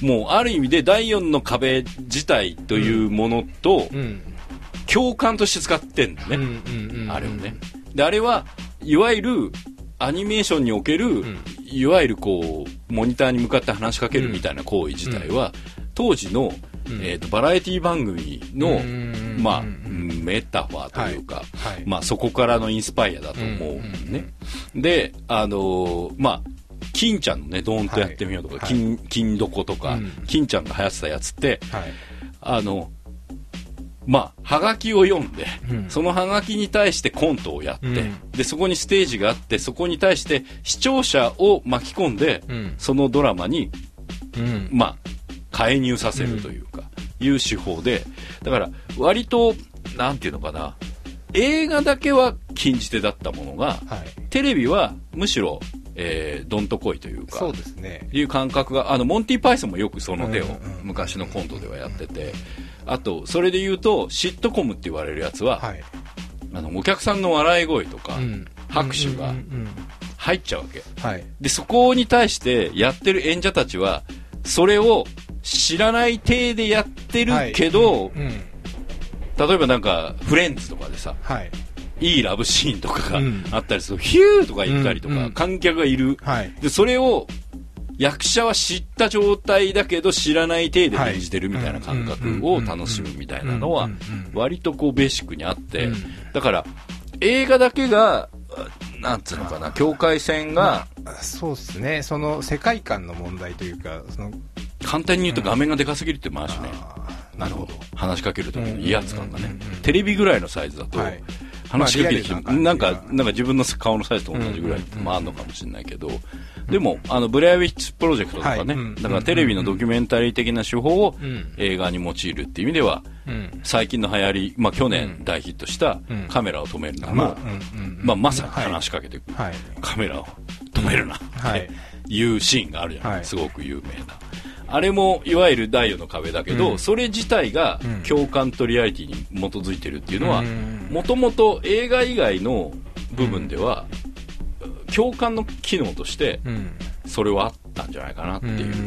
もうある意味でだいよんの壁自体というものと、うん、共感として使ってんだね、うんうんうん、あれをね。であれはいわゆるアニメーションにおける、うん、いわゆるこうモニターに向かって話しかけるみたいな行為自体は、うん、当時の、うん、えーと、バラエティ番組の、まあ、メタファーというか、はいはい、まあ、そこからのインスパイアだと思うね、うん、であのー、まあ金ちゃんのねドーンとやってみようとか、はい、金, 金どことか、うん、金ちゃんが流行ってたやつって、はい、あのまあ、はがきを読んで、うん、そのはがきに対してコントをやって、うん、でそこにステージがあってそこに対して視聴者を巻き込んで、うん、そのドラマに、うん、まあ介入させるというか、うん、いう手法でだから割となんていうのかな映画だけは禁じ手だったものが、はい、テレビはむしろ、えー、どんとこいというかそうですねいう感覚があのモンティパイソンもよくその手を昔のコントではやってて、あとそれで言うとシットコムって言われるやつは、はい、あのお客さんの笑い声とか、うん、拍手が入っちゃうわけ、はい、でそこに対してやってる演者たちはそれを知らない体でやってるけど、はいうんうん、例えばなんかフレンズとかでさ、はい、いいラブシーンとかがあったりすると、うん、ヒューとか言ったりとか、うんうん、観客がいる、はい、でそれを役者は知った状態だけど知らない体で演じてるみたいな感覚を楽しむみたいなのは割とこうベーシックにあって、だから映画だけがなんつうのかな境界線が、 まあ、そうですねその世界観の問題というかその簡単に言うと画面がでかすぎるってもあるしね、 うん、なるほど話しかけるときの威圧感がねテレビぐらいのサイズだと、はい話しかけてきて、まあ、なんかなんか自分の顔のサイズと同じぐらいもあるのかもしれないけど、うんうんうん、でもあのブレアウィッチプロジェクトとかね、はい、だからテレビのドキュメンタリー的な手法を映画に用いるっていう意味では、うん、最近の流行り、まあ、去年大ヒットしたカメラを止めるなも、うんまあ、まさに話しかけてくる、はい、カメラを止めるなっていうシーンがあるじゃない、はい、すごく有名なあれもいわゆるだいよんの壁だけど、うん、それ自体が共感とリアリティに基づいてるっていうのはもともと映画以外の部分では、うん、共感の機能としてそれはあったんじゃないかなっていう、うん、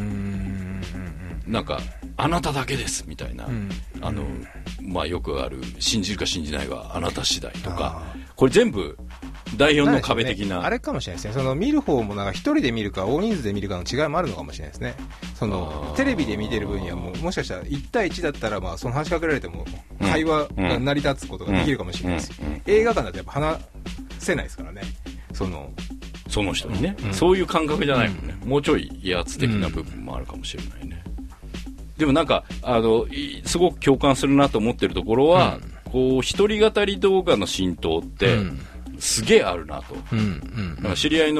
なんかあなただけですみたいな、うん、あのまあよくある信じるか信じないはあなた次第とかこれ全部だいよんの壁的 な, な、ね、あれかもしれないですねその見る方もなんか一人で見るか大人数で見るかの違いもあるのかもしれないですねそのテレビで見てる分にはもうもしかしたらいち対いちだったらまあその話しかけられても会話が成り立つことができるかもしれないですし、うんうんうん、映画館だとやっぱ話せないですからねそのその人にね、うん、そういう感覚じゃないもんね、うん、もうちょい威圧的な部分もあるかもしれないね、うん、でもなんかあのすごく共感するなと思ってるところは、うん、こう一人語り動画の浸透って、うんすげえあるなと、うんうんうん、知り合いの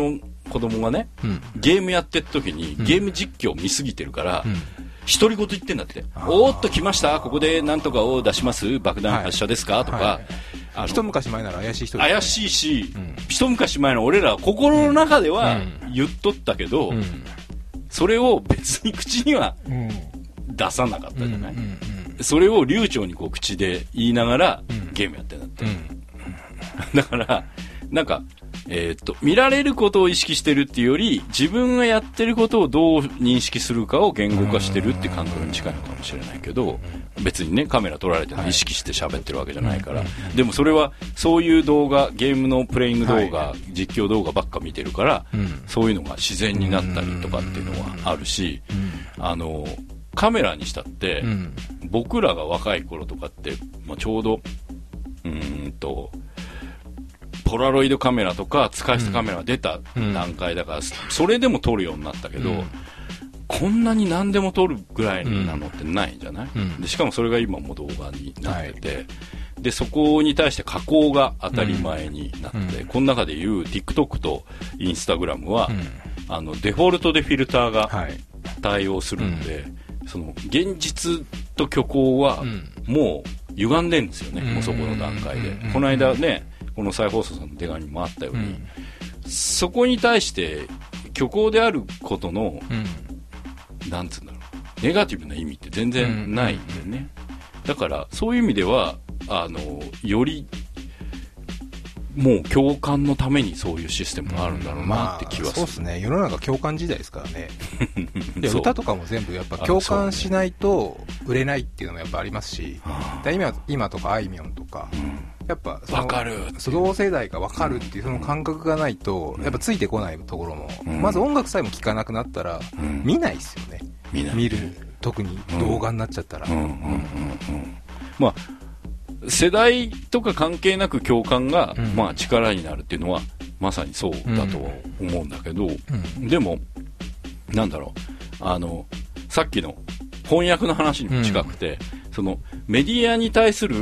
子供がね、うん、ゲームやってる時にゲーム実況見すぎてるから、うん、独り言言ってんだって。おーっと来ました、ここでなんとかを出します、爆弾発射ですか、はい、とか、はい、 あの一昔前なら怪しい人です、 ね、怪しいし、うん、一昔前の俺らは心の中では言っとったけど、うんうん、それを別に口には出さなかったじゃない、うんうんうんうん、それを流暢にこう口で言いながらゲームやってんだって、うん、だからなんかえー、っと見られることを意識してるっていうより自分がやってることをどう認識するかを言語化してるって感覚に近いのかもしれないけど、別にねカメラ撮られて意識して喋ってるわけじゃないから、はい、でもそれはそういう動画ゲームのプレイング動画、はい、実況動画ばっか見てるから、うん、そういうのが自然になったりとかっていうのはあるし、うん、あのカメラにしたって、うん、僕らが若い頃とかって、まあ、ちょうどうーんとポラロイドカメラとか使い捨てカメラが出た段階だから、うん、それでも撮るようになったけど、うん、こんなに何でも撮るぐらいなのってないんじゃない、うん、でしかもそれが今も動画になってて、はい、でそこに対して加工が当たり前になって、うん、この中でいう TikTok と Instagram は、うん、あのデフォルトでフィルターが対応するので、はい、その現実と虚構はもう歪んでるんですよね、うん、もうそこの段階で、うん、この間ねこの再放送さんの手紙にもあったように、うん、そこに対して虚構であることの、うん、なんつうんだろうネガティブな意味って全然ないんだよね、うん、だからそういう意味ではあのよりもう共感のためにそういうシステムがあるんだろうなって気はする、 まあ、そうですね。世の中共感時代ですからねで歌とかも全部やっぱ共感しないと売れないっていうのもやっぱありますし、今, 今とかあいみょんとか、うん、やっぱその分かる同世代が分かるっていうその感覚がないとやっぱついてこないところも、うん、まず音楽さえも聴かなくなったら見ないですよね、うん、見ない見る特に動画になっちゃったら、 まあ世代とか関係なく共感が、うん、まあ力になるっていうのはまさにそうだと思うんだけど、うん、でもなんだろうあのさっきの翻訳の話にも近くて、うん、そのメディアに対する、うん、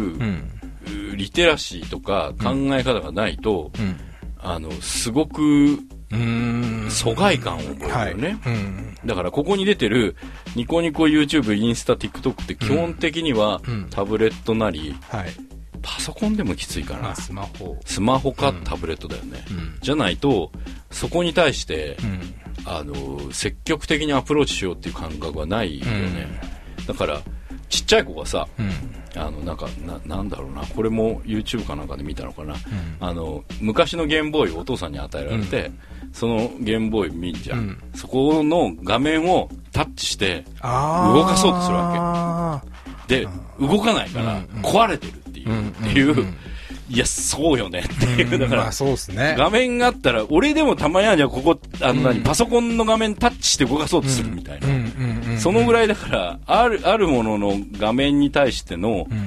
リテラシーとか考え方がないと、うん、あのすごく疎外感を覚えるよね、はいうん、だからここに出てるニコニコ YouTube インスタ TikTok って基本的にはタブレットなり、うんはい、パソコンでもきついかな、まあ、 スマホスマホかタブレットだよね、うん、じゃないとそこに対して、うん、あの積極的にアプローチしようっていう感覚はないよね、うん、だからちっちゃい子がさ、うんあのなんか な, なんだろうなこれも YouTube かなんかで見たのかな、うん、あの昔のゲームボーイをお父さんに与えられて、うん、そのゲームボーイ見んじゃん、うん、そこの画面をタッチして動かそうとするわけで動かないから壊れてるっていう、うん、っていう、うん、いやそうよねっていう、だから、 まあそうですね、 画面があったら俺でもたまにはじゃあここあの何、うん、パソコンの画面タッチして動かそうとするみたいな、うんうん、そのぐらいだからあるあるものの画面に対しての、うん、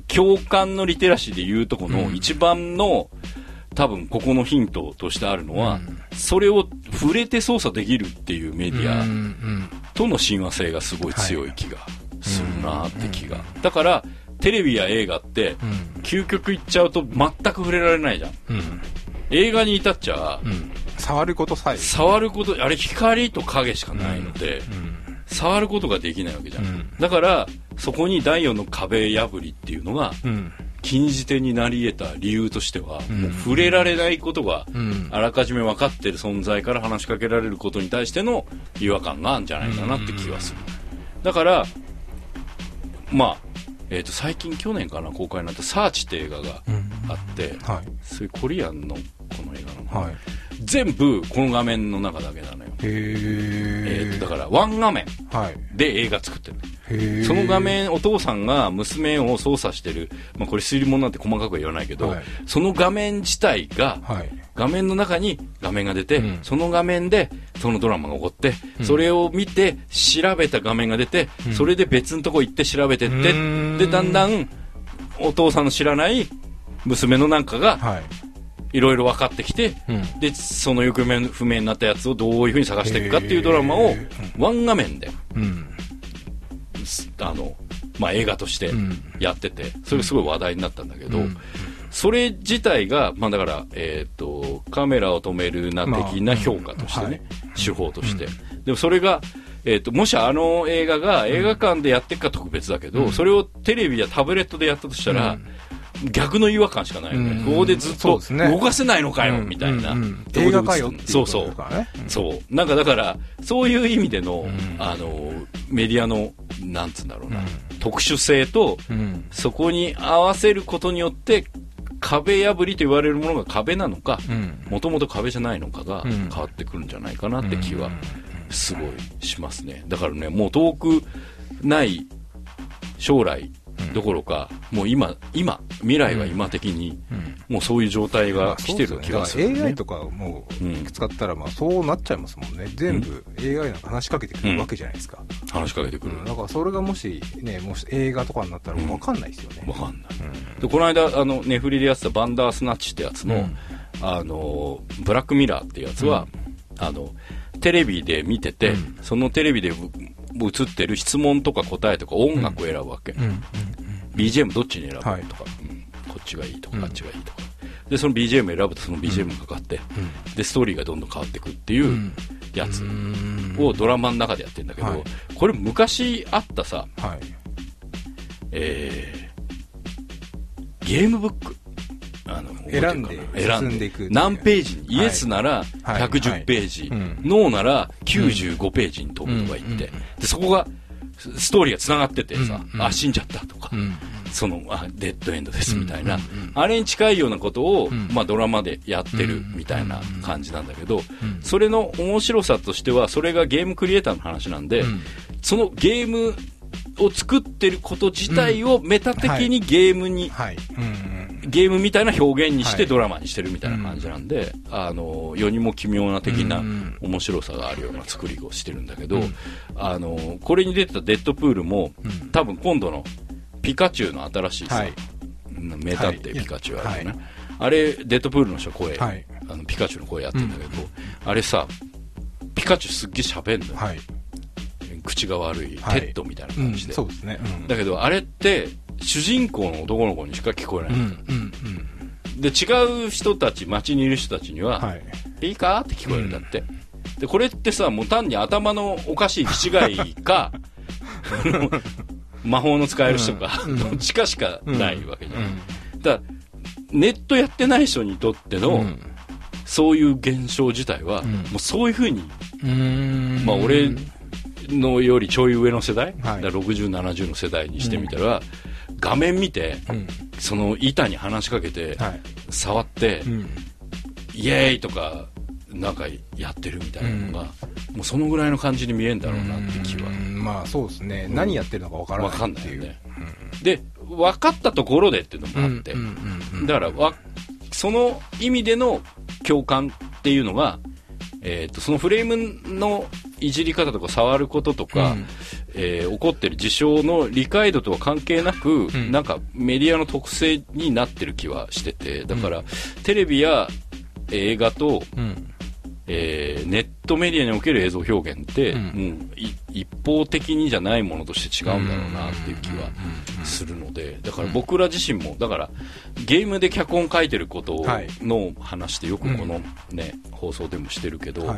共感のリテラシーでいうとこの一番の、うん、多分ここのヒントとしてあるのは、うん、それを触れて操作できるっていうメディアとの親和性がすごい強い気がするなって気が、だからテレビや映画って、うん、究極言っちゃうと全く触れられないじゃん、うん、映画に至っちゃ、うん、 触ることさえ触ることあれ光と影しかないので、うんうん、触ることができないわけじゃん、うん、だからそこに第四の壁破りっていうのが、うん、禁じ手になり得た理由としては、うん、もう触れられないことが、うん、あらかじめ分かってる存在から話しかけられることに対しての違和感があるんじゃないかなって気がする、うん、だからまあえー、と最近去年かな公開になったサーチって映画があって、うんはい、そういうコリアンのこの映画の、はい、全部この画面の中だけなのよ。へー、えー、とだからワン画面で映画作ってる、はい、その画面お父さんが娘を操作してる、まあ、これ推理物なんて細かくは言わないけど、はい、その画面自体が、はい、画面の中に画面が出て、うん、その画面でそのドラマが起こって、うん、それを見て調べた画面が出て、うん、それで別のとこ行って調べてって、でだんだんお父さんの知らない娘のなんかが、はいいろいろ分かってきて、うん、でその行方不明になったやつをどういう風に探していくかっていうドラマをワン画面で、うん、あのまあ、映画としてやってて、それがすごい話題になったんだけど、うん、 それ自体が、まあ、だから、えー、とカメラを止めるな的な評価としてね、まあうんはい、手法として、うん、でもそれが、えー、ともしあの映画が映画館でやってっか特別だけど、うん、それをテレビやタブレットでやったとしたら、うん逆の違和感しかないよね、うん、ここでずっと動かせないのかよ、うん、みたいな、うんうん、 映画かよっていうそうそう、うん、そうなんかだからそういう意味での、うん、あのメディアのなんつうんだろうな、うん、特殊性と、うん、そこに合わせることによって壁破りと言われるものが壁なのかもともと壁じゃないのかが変わってくるんじゃないかなって気はすごいしますね。だからねもう遠くない将来どころか、もう今、今、未来は今的に、もうそういう状態が来てる気がする、ね。 エーアイ とかもう使ったら、まあそうなっちゃいますもんね。全部 エーアイ なんか話しかけてくるわけじゃないですか。 うん、話しかけてくる。 うん、だからそれがもし、ね、もし映画とかになったら分かんないですよね。 分、うん、かんない。うん、でこの間、あの、ネフリでやってたバンダースナッチってやつの、うん、あの、ブラックミラーってやつは、うん、あの、テレビで見てて、うん、そのテレビで映ってる質問とか答えとか音楽を選ぶわけ。うんうんうんビージーエム どっちに選ぶとか、はいうん、こっちがいいとか、うん、あっちがいいとかでその ビージーエム 選ぶとその ビージーエム がかかって、うん、でストーリーがどんどん変わっていくっていうやつをドラマの中でやってるんだけど、はい、これ昔あったさ、はいえー、ゲームブックあの選んで進んでいく何ページに、はい、イエスならひゃくじゅうページ、はいはい、ノーならきゅうじゅうごページに飛ぶとか言って、うん、でそこがストーリーが繋がっててさ、うんうん、あ死んじゃったとか、うん、そのあデッドエンドですみたいな、うんうんうん、あれに近いようなことを、うんまあ、ドラマでやってるみたいな感じなんだけど、うん、それの面白さとしてはそれがゲームクリエイターの話なんで、うん、そのゲームを作ってること自体をメタ的にゲームに、うんはいはいうん、ゲームみたいな表現にしてドラマにしてるみたいな感じなんで、はい、あの世にも奇妙な的な面白さがあるような作りをしてるんだけど、うん、あのこれに出てたデッドプールも、うん、多分今度のピカチュウの新しいさ、はい、メタってピカチュウあるよね、はい、あれデッドプールの人声、はい、あのピカチュウの声やってるんだけど、うん、あれさピカチュウすっげえ喋んのよ、はい口が悪い、はい、テッドみたいな感じで、 うん、そうですね、うん、 だけどあれって主人公の男の子にしか聞こえない、うんうんうん、で違う人たち街にいる人たちには、はい、いいかって聞こえるんだって、うん、でこれってさもう単に頭のおかしい気違いか魔法の使える人か、うん、どっちかしかないわけじゃない、うん、だからネットやってない人にとっての、うん、そういう現象自体は、うん、もうそういう風にうんまあ俺のよりちょい上の世代、はい、だろくじゅう、ななじゅうの世代にしてみたら、うん、画面見て、うん、その板に話しかけて、はい、触って、うん、イエーイとかなんかやってるみたいなのが、うん、もうそのぐらいの感じに見えるんだろうなって気は、うん、 まあそうですね、うん、何やってるのか分からないっていう、分かんないよね、 うん、で分かったところでっていうのもあって、うんうんうんうん、だからわその意味での共感っていうのがえー、とそのフレームのいじり方とか触ることとか、うんえー、起こってる事象の理解度とは関係なく、うん、なんかメディアの特性になってる気はしててだから、うん、テレビや映画と、うんえー、ネットメディアにおける映像表現って、うん、もう一方的にじゃないものとして違うんだろうなっていう気はするのでだから僕ら自身もだからゲームで脚本書いてることの話でよくこの、ねうん、放送でもしてるけど、はい、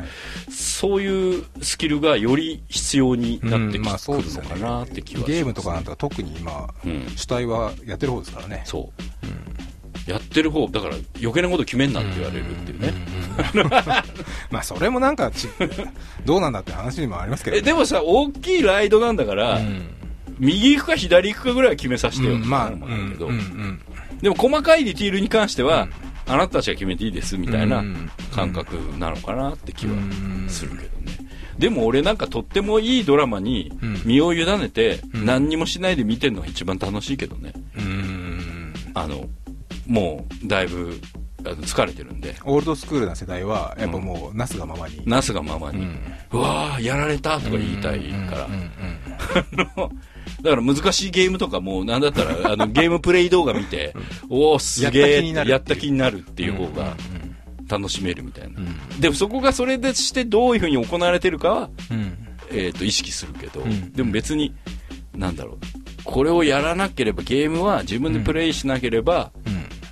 そういうスキルがより必要になってきてくるのかなって気はします、ね、 ゲームとかなんか特に今、うん、主体はやってる方ですからねそう、うんやってる方だから余計なこと決めんなって言われるっていうねまあそれもなんかちどうなんだって話にもありますけど、ね、 えでもさ大きいライドなんだから、うん、右行くか左行くかぐらいは決めさせてよ、うん、まあ思うんだけど、うんうんうん、でも細かいディティールに関しては、うん、あなたたちが決めていいですみたいな感覚なのかなって気はするけどね、うん、でも俺なんかとってもいいドラマに身を委ねて何にもしないで見てるのが一番楽しいけどね、うん、あのもうだいぶ疲れてるんでオールドスクールな世代はやっぱもうなすがままに、 うん、なすがままに、うん、うわーやられたとか言いたいからだから難しいゲームとかもなんだったらあのゲームプレイ動画見ておーすげーやった気になるっていう方が楽しめるみたいな、うん、でもそこがそれでしてどういう風に行われてるかは、うんえー、と意識するけど、うん、でも別になんだろうこれをやらなければゲームは自分でプレイしなければ、うん、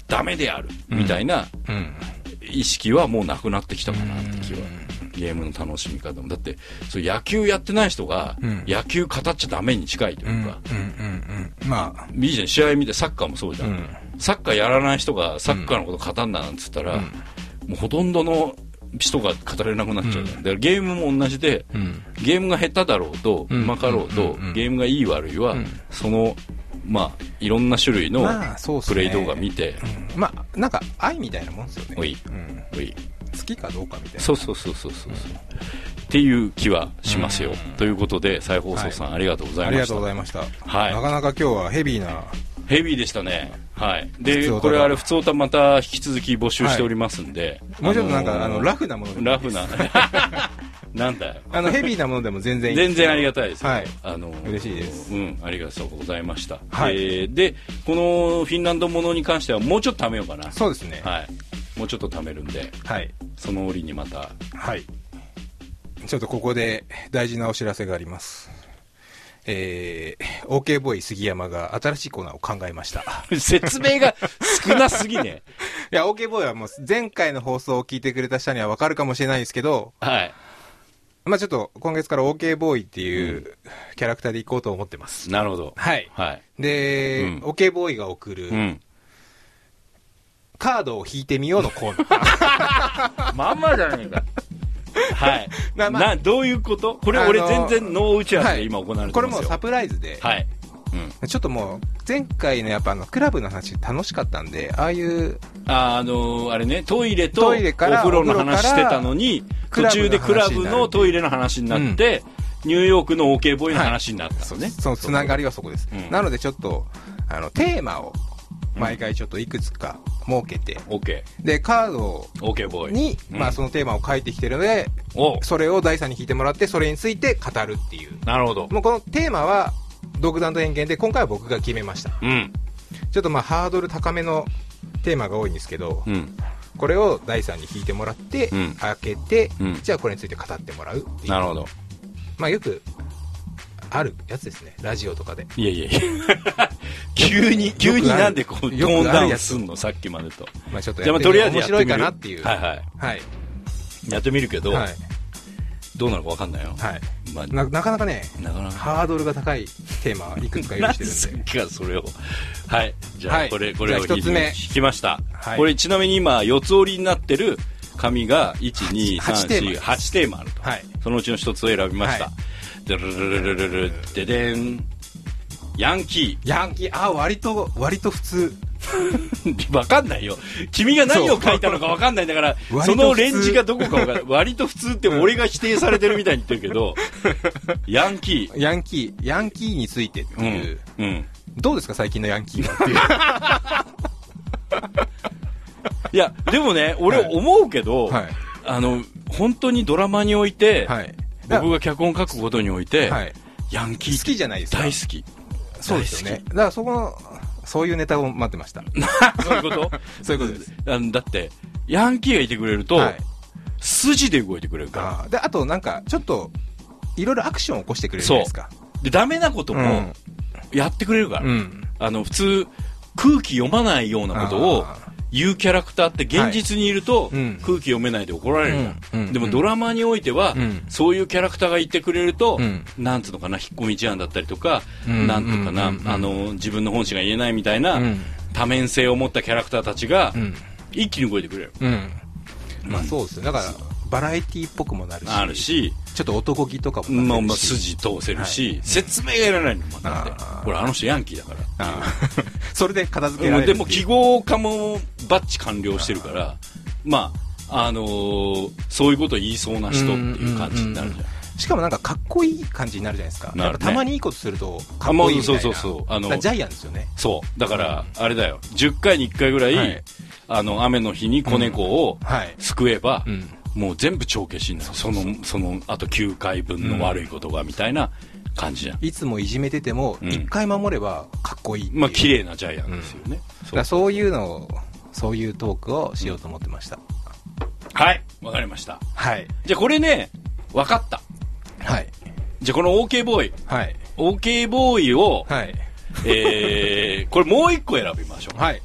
ダメであるみたいな意識はもうなくなってきたかなって気は、ゲームの楽しみ方も。だってそう野球やってない人が野球語っちゃダメに近いというか、 うんうんうんうん、まあいいじゃん、試合見てサッカーもそうじゃん、うん、サッカーやらない人がサッカーのこと語んだなんつったら、うん、もうほとんどの人が語れなくなっちゃう、うん、だからゲームも同じで、うん、ゲームが下手だろうとうまかろうと、うん、ゲームがいい悪いは、うん、そのまあいろんな種類のプレイ動画見て、 まあ、ねうん、まあなんか愛みたいなもんですよね。 おい、うん、おい好きかどうかみたいな。 そうそうそうそうそう、うん、っていう気はしますよ、うん、ということで再放送さん、はい、ありがとうございました。ありがとうございました、 はい、 なかなか今日はヘビーなヘビーでしたね。はい。で、これあれ、普通歌また引き続き募集しておりますんで。 はい、もうちょっとなんか、あの、ラフなものでもラフな。なんだよ。 あの、ヘビーなものでも全然いい。 全然ありがたいです。 はい。 あの、 嬉しいです。 うん、ありがとうございました。 はい。 えー、で、このフィンランドものに関してはもうちょっと貯めようかな。 そうですね。 はい。もうちょっと貯めるんで。 はい。 その折にまた。 はい。ちょっとここで大事なお知らせがあります。えー、オーケー ボーイ杉山が新しいコーナーを考えました。 説明が少なすぎね。 いや、オーケー ボーイはもう前回の放送を聞いてくれた人には分かるかもしれないですけど、 はい。 まあちょっと今月から オーケー ボーイっていうキャラクターでいこうと思ってます。 うん、なるほど。 はい。 はい。 で、うん、オーケー ボーイが送る、うん、カードを引いてみようのコーナー。 まんまじゃねえか。はい、ななどういうこと？これ俺全然ノー打ち合わせで今行われてますよ、はい、 これもうサプライズで、 はい、 うん、ちょっともう前回のやっぱあのクラブの話楽しかったんで、ああいうあ、あのー、あれね、トイレとお風呂の話してたのに途中でクラブのトイレの話になって、うん、ニューヨークの オーケー ボーイの話になったのね、はい、 そのつながりはそこです、うん、なのでちょっとあのテーマを毎回ちょっといくつか設けて、 うん、OK、 でカードに、 うん、 まあ、そのテーマを書いてきてるので、それを第三に引いてもらってそれについて語るっていう。 なるほど。 もうこのテーマは独断と偏見で今回は僕が決めました、 うん、 ちょっとまあハードル高めのテーマが多いんですけど、うん、これを第三に引いてもらって、うん、開けて、うん、じゃあこれについて語ってもらうっていう。 なるほど。 まあよくあるやつですね、ラジオとかで。 いやいやいや急に急になんでこうトーンダウンすんの、さっきまでと。 まあちょっとやってみる、面白いかなっていう。 はいはい、はい、やってみるけど、はい、どうなるか分かんないよ。 はい、まあ、な, なかなかね、なかなかハードルが高いテーマいくつか用意してるんで。 さっきからそれを。はい、じゃあこれ、はい、これをひとつめ引きました。はい、これちなみに今四つ折りになってる紙がいち、に、さん、よん、はちテーマあると。はい、そのうちの一つを選びました。はい、でるるるるるででん。ヤンキー。ヤンキー、あ、割と、割と普通。 わかんないよ。君が何を書いたのかわかんないんだから、そのレンジがどこかわかんない。割と普通って俺が否定されてるみたいに言ってるけど、ヤンキー。 ヤンキー、ヤンキーについてっていう。うん。うん、どうですか最近のヤンキーはっていう。 いや、でもね、俺思うけど、はい、あの、本当にドラマにおいて、はい、僕が脚本書くことにおいて、はい、ヤンキー好きじゃないですか。 大好き。 そうですよね。だからそこの、そういうネタを待ってました。 そういうことそういうことです。 あのだって、ヤンキーがいてくれると、はい、筋で動いてくれるから。 あで、あとなんか、ちょっと、いろいろアクションを起こしてくれるじゃないですか。 で、ダメなことも、やってくれるから。うん、あの、普通、空気読まないようなことを、言うキャラクターって現実にいると、はい、空気読めないで怒られる、うんうん、でもドラマにおいては、うん、そういうキャラクターがいてくれると、うん、なんつうのかな、引っ込み思案だったりとか、うん、なんとかな、うん、あの自分の本心が言えないみたいな、うん、多面性を持ったキャラクターたちが、うん、一気に動いてくれる、 うんまあ、そうですね。だからバラエティっぽくもなるし、 あるし、 ちょっと男気とかもなるし、 まあ、まあ筋通せるし、はい、説明がいらないのもだって、これあの人ヤンキーだからそれで片付けられる。 でも記号化もバッチ完了してるから、まああのー、そういうことを言いそうな人っていう感じになるじゃん。うんうんうんうん、 しかもなんかかっこいい感じになるじゃないですか。やっぱたまにいいことするとかっこいいみたいな。 そうそうそう。あのジャイアンですよね。 そうだからあれだよ。じゅっかいにいっかいぐらい、はい、あの雨の日に子猫を救えば、うんはいうん、もう全部帳消しになる。そのそのあときゅうかいぶんの悪いことがみたいな感じじゃん。 いつもいじめててもいっかい守ればかっこいいっていう。 まあ綺麗なジャイアンですよね。 うん、そうだそういうのをそういうトークをしようと思ってました。うん、 はいわかりました。 はい。 じゃあこれね分かった。 はい。 じゃあこの OK ボーイ、はい、OK ボーイを、はい、えー、これもう一個選びましょう。 はい。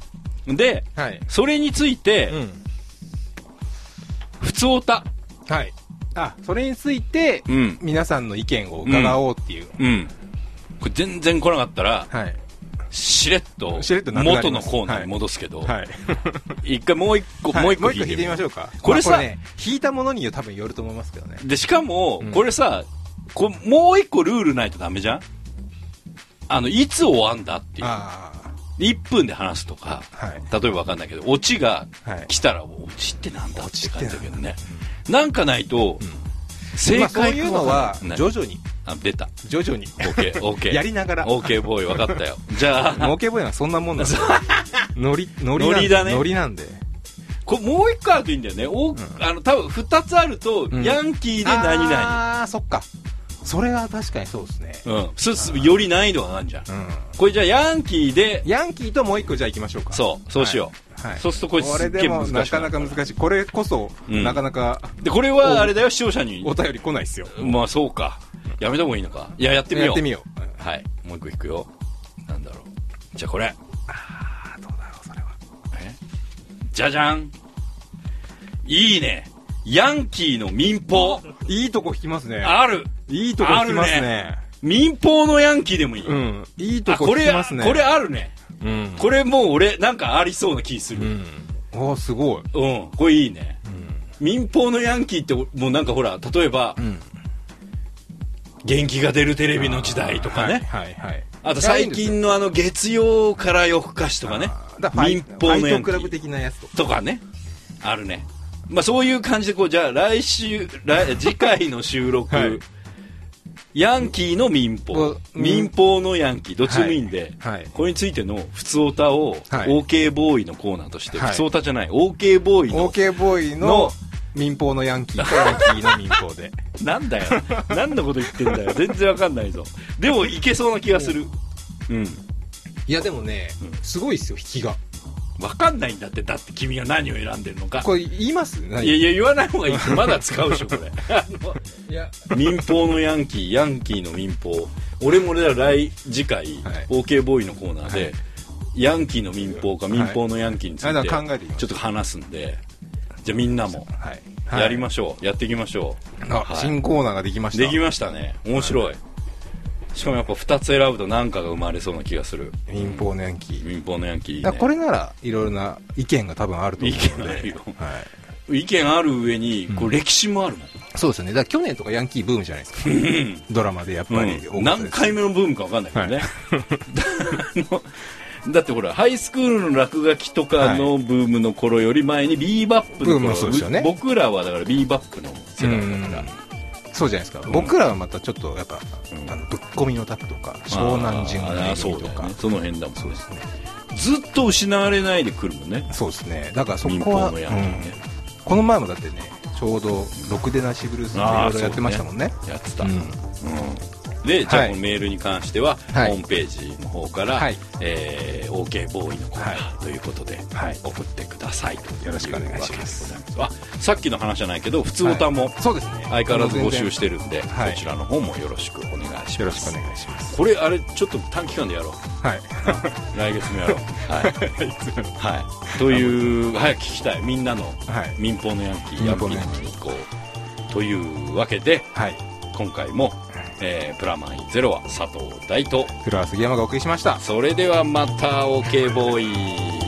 で、 はい、 それについて、 うん、 ふつおた、 はい、あ、それについて、うん、皆さんの意見を伺おうっていう、 うんうん、これ全然来なかったら、はい、しれっと元のコーナーに戻すけど、はい、一回もう一個、はい、もう一個引いてみましょうか。これさ、まあ、これね、引いたものに多分よると思いますけどね。 でしかも、うん、これさ、こもう一個ルールないとダメじゃん。あのいつ終わんだっていう。あいっぷんで話すとか、はい、例えば分かんないけど、オチが来たら、はい、オチってなんだって感じだけどね。なんかないと、うん、正解、まあ、そういうのは徐々に。 あ、出た。 徐々に。 オーケー、オーケー。 やりながら。 オーケーボーイ、分かったよ。じゃあ。 オーケーボーイはそんなもんだ。ノリ、ノリノリだね。 ノリなんで。 こもう一個あるといいんだよね。お、うん、あの、多分二つあると、うん、ヤンキーで何々。 ああ、そっか。それは確かにそうですね。 うん。すすより難易度があるじゃん。うん。これじゃあヤンキーで。 ヤンキーともう一個じゃあ行きましょうか。 そう。そうしよう。はいはい、そうするとこれすっげえ難しい。 なかなか難しい。これこそ、うん、なかなか。 で、これはあれだよ、視聴者に。 お便り来ないっすよ。 まあそうか。やめた方がいいのか。いや、やってみよう。 やってみよう。 はい。もう一個いくよ。なんだろう。じゃあこれ。ああ、どうだろう、それは。 えじゃじゃん。いいね。ヤンキーの民放。 いいとこ引きますね。 ある。 いいとこ引きますね。ね民放のヤンキーでもいい。 うん。いいとこ引きますね。 これ、これあるね。うん。これもう俺、なんかありそうな気する。うん。 ああ、すごい。 うん。これいいね。うん。民放のヤンキーって、もうなんかほら、例えば、うん、元気が出るテレビの時代とかね。はい、はい、はい。あと最近のあの月曜から夜更かしとかね。民放のヤンキー。ファイトクラブ的なやつとか。とかね。あるね。まあそういう感じでこうじゃあ来週来次回の収録、はい、ヤンキーの民放、民放のヤンキーどっちでもいいんで、はいはい、これについてのふつおたを OK ボーイのコーナーとして、はい、ふつおたじゃない OK ボーイの OK ボーイの民放のヤンキーとヤンキーの民放でなんだよ何のこと言ってんだよ全然わかんないぞ。でもいけそうな気がする。うん。 いやでもね、うん、すごいですよ引きが。 分かんないんだって。だって君が何を選んでるのかこれ言います？いやいや言わない方がいい。まだ使うでしょこれあのいや民放のヤンキーヤンキーの民放。俺も俺ら来次回、はい、OK ボーイのコーナーで、はい、ヤンキーの民放か民放のヤンキーについて、はい、ちょっと話すんで、じゃあみんなもやりましょう、はい、やっていきましょう。 あ、はい、新コーナーができました。 できましたね。面白い、はい。しかもやっぱふたつ選ぶと何かが生まれそうな気がする。 民放のヤンキー。 民放のヤンキー、ね。 だこれならいろいろな意見が多分あると思うので。意見あるよ。 はい。意見ある上に、こう歴史もあるもん。 うん、そうですよね。だから去年とかヤンキーブームじゃないですか。ドラマでやっぱり、 うん。何回目のブームか分かんないけどね。はい、だってほらハイスクールの落書きとかのブームの頃より前にビーバップの頃、 そうですよね、 僕らはだからビーバップの世代だから。 そうじゃないですか、うん、僕らはまたちょっとやっぱ、うん、あのぶっ込みのタクとか湘南人のネギとか、 ね、その辺だもん。そうですね。ずっと失われないで来るもんね。 そうですね。だからそこは、ね、うん、この前もだってねちょうどろくでなしブルースっていろいろやってましたもんね。 やってた、うんうん。でじゃあ、はい、このメールに関しては、はい、ホームページの方から、はい、えー、OK ボーイのコーナーということで、はい、送ってくださいという。 よろしくお願いします。 あ、さっきの話じゃないけど普通歌も、 そうですね、 相変わらず募集してるんで、はい、こちらの方もよろしくお願いします。 よろしくお願いします。 これあれちょっと短期間でやろう。はい。来月もやろう。はい。はい。という早く聞きたいみんなの民放のヤンキー、ヤンキーの民放というわけで、はい、今回も、えー、プラマイゼロは佐藤大と黒羽杉山がお送りしました。 それではまた OK ボーイ。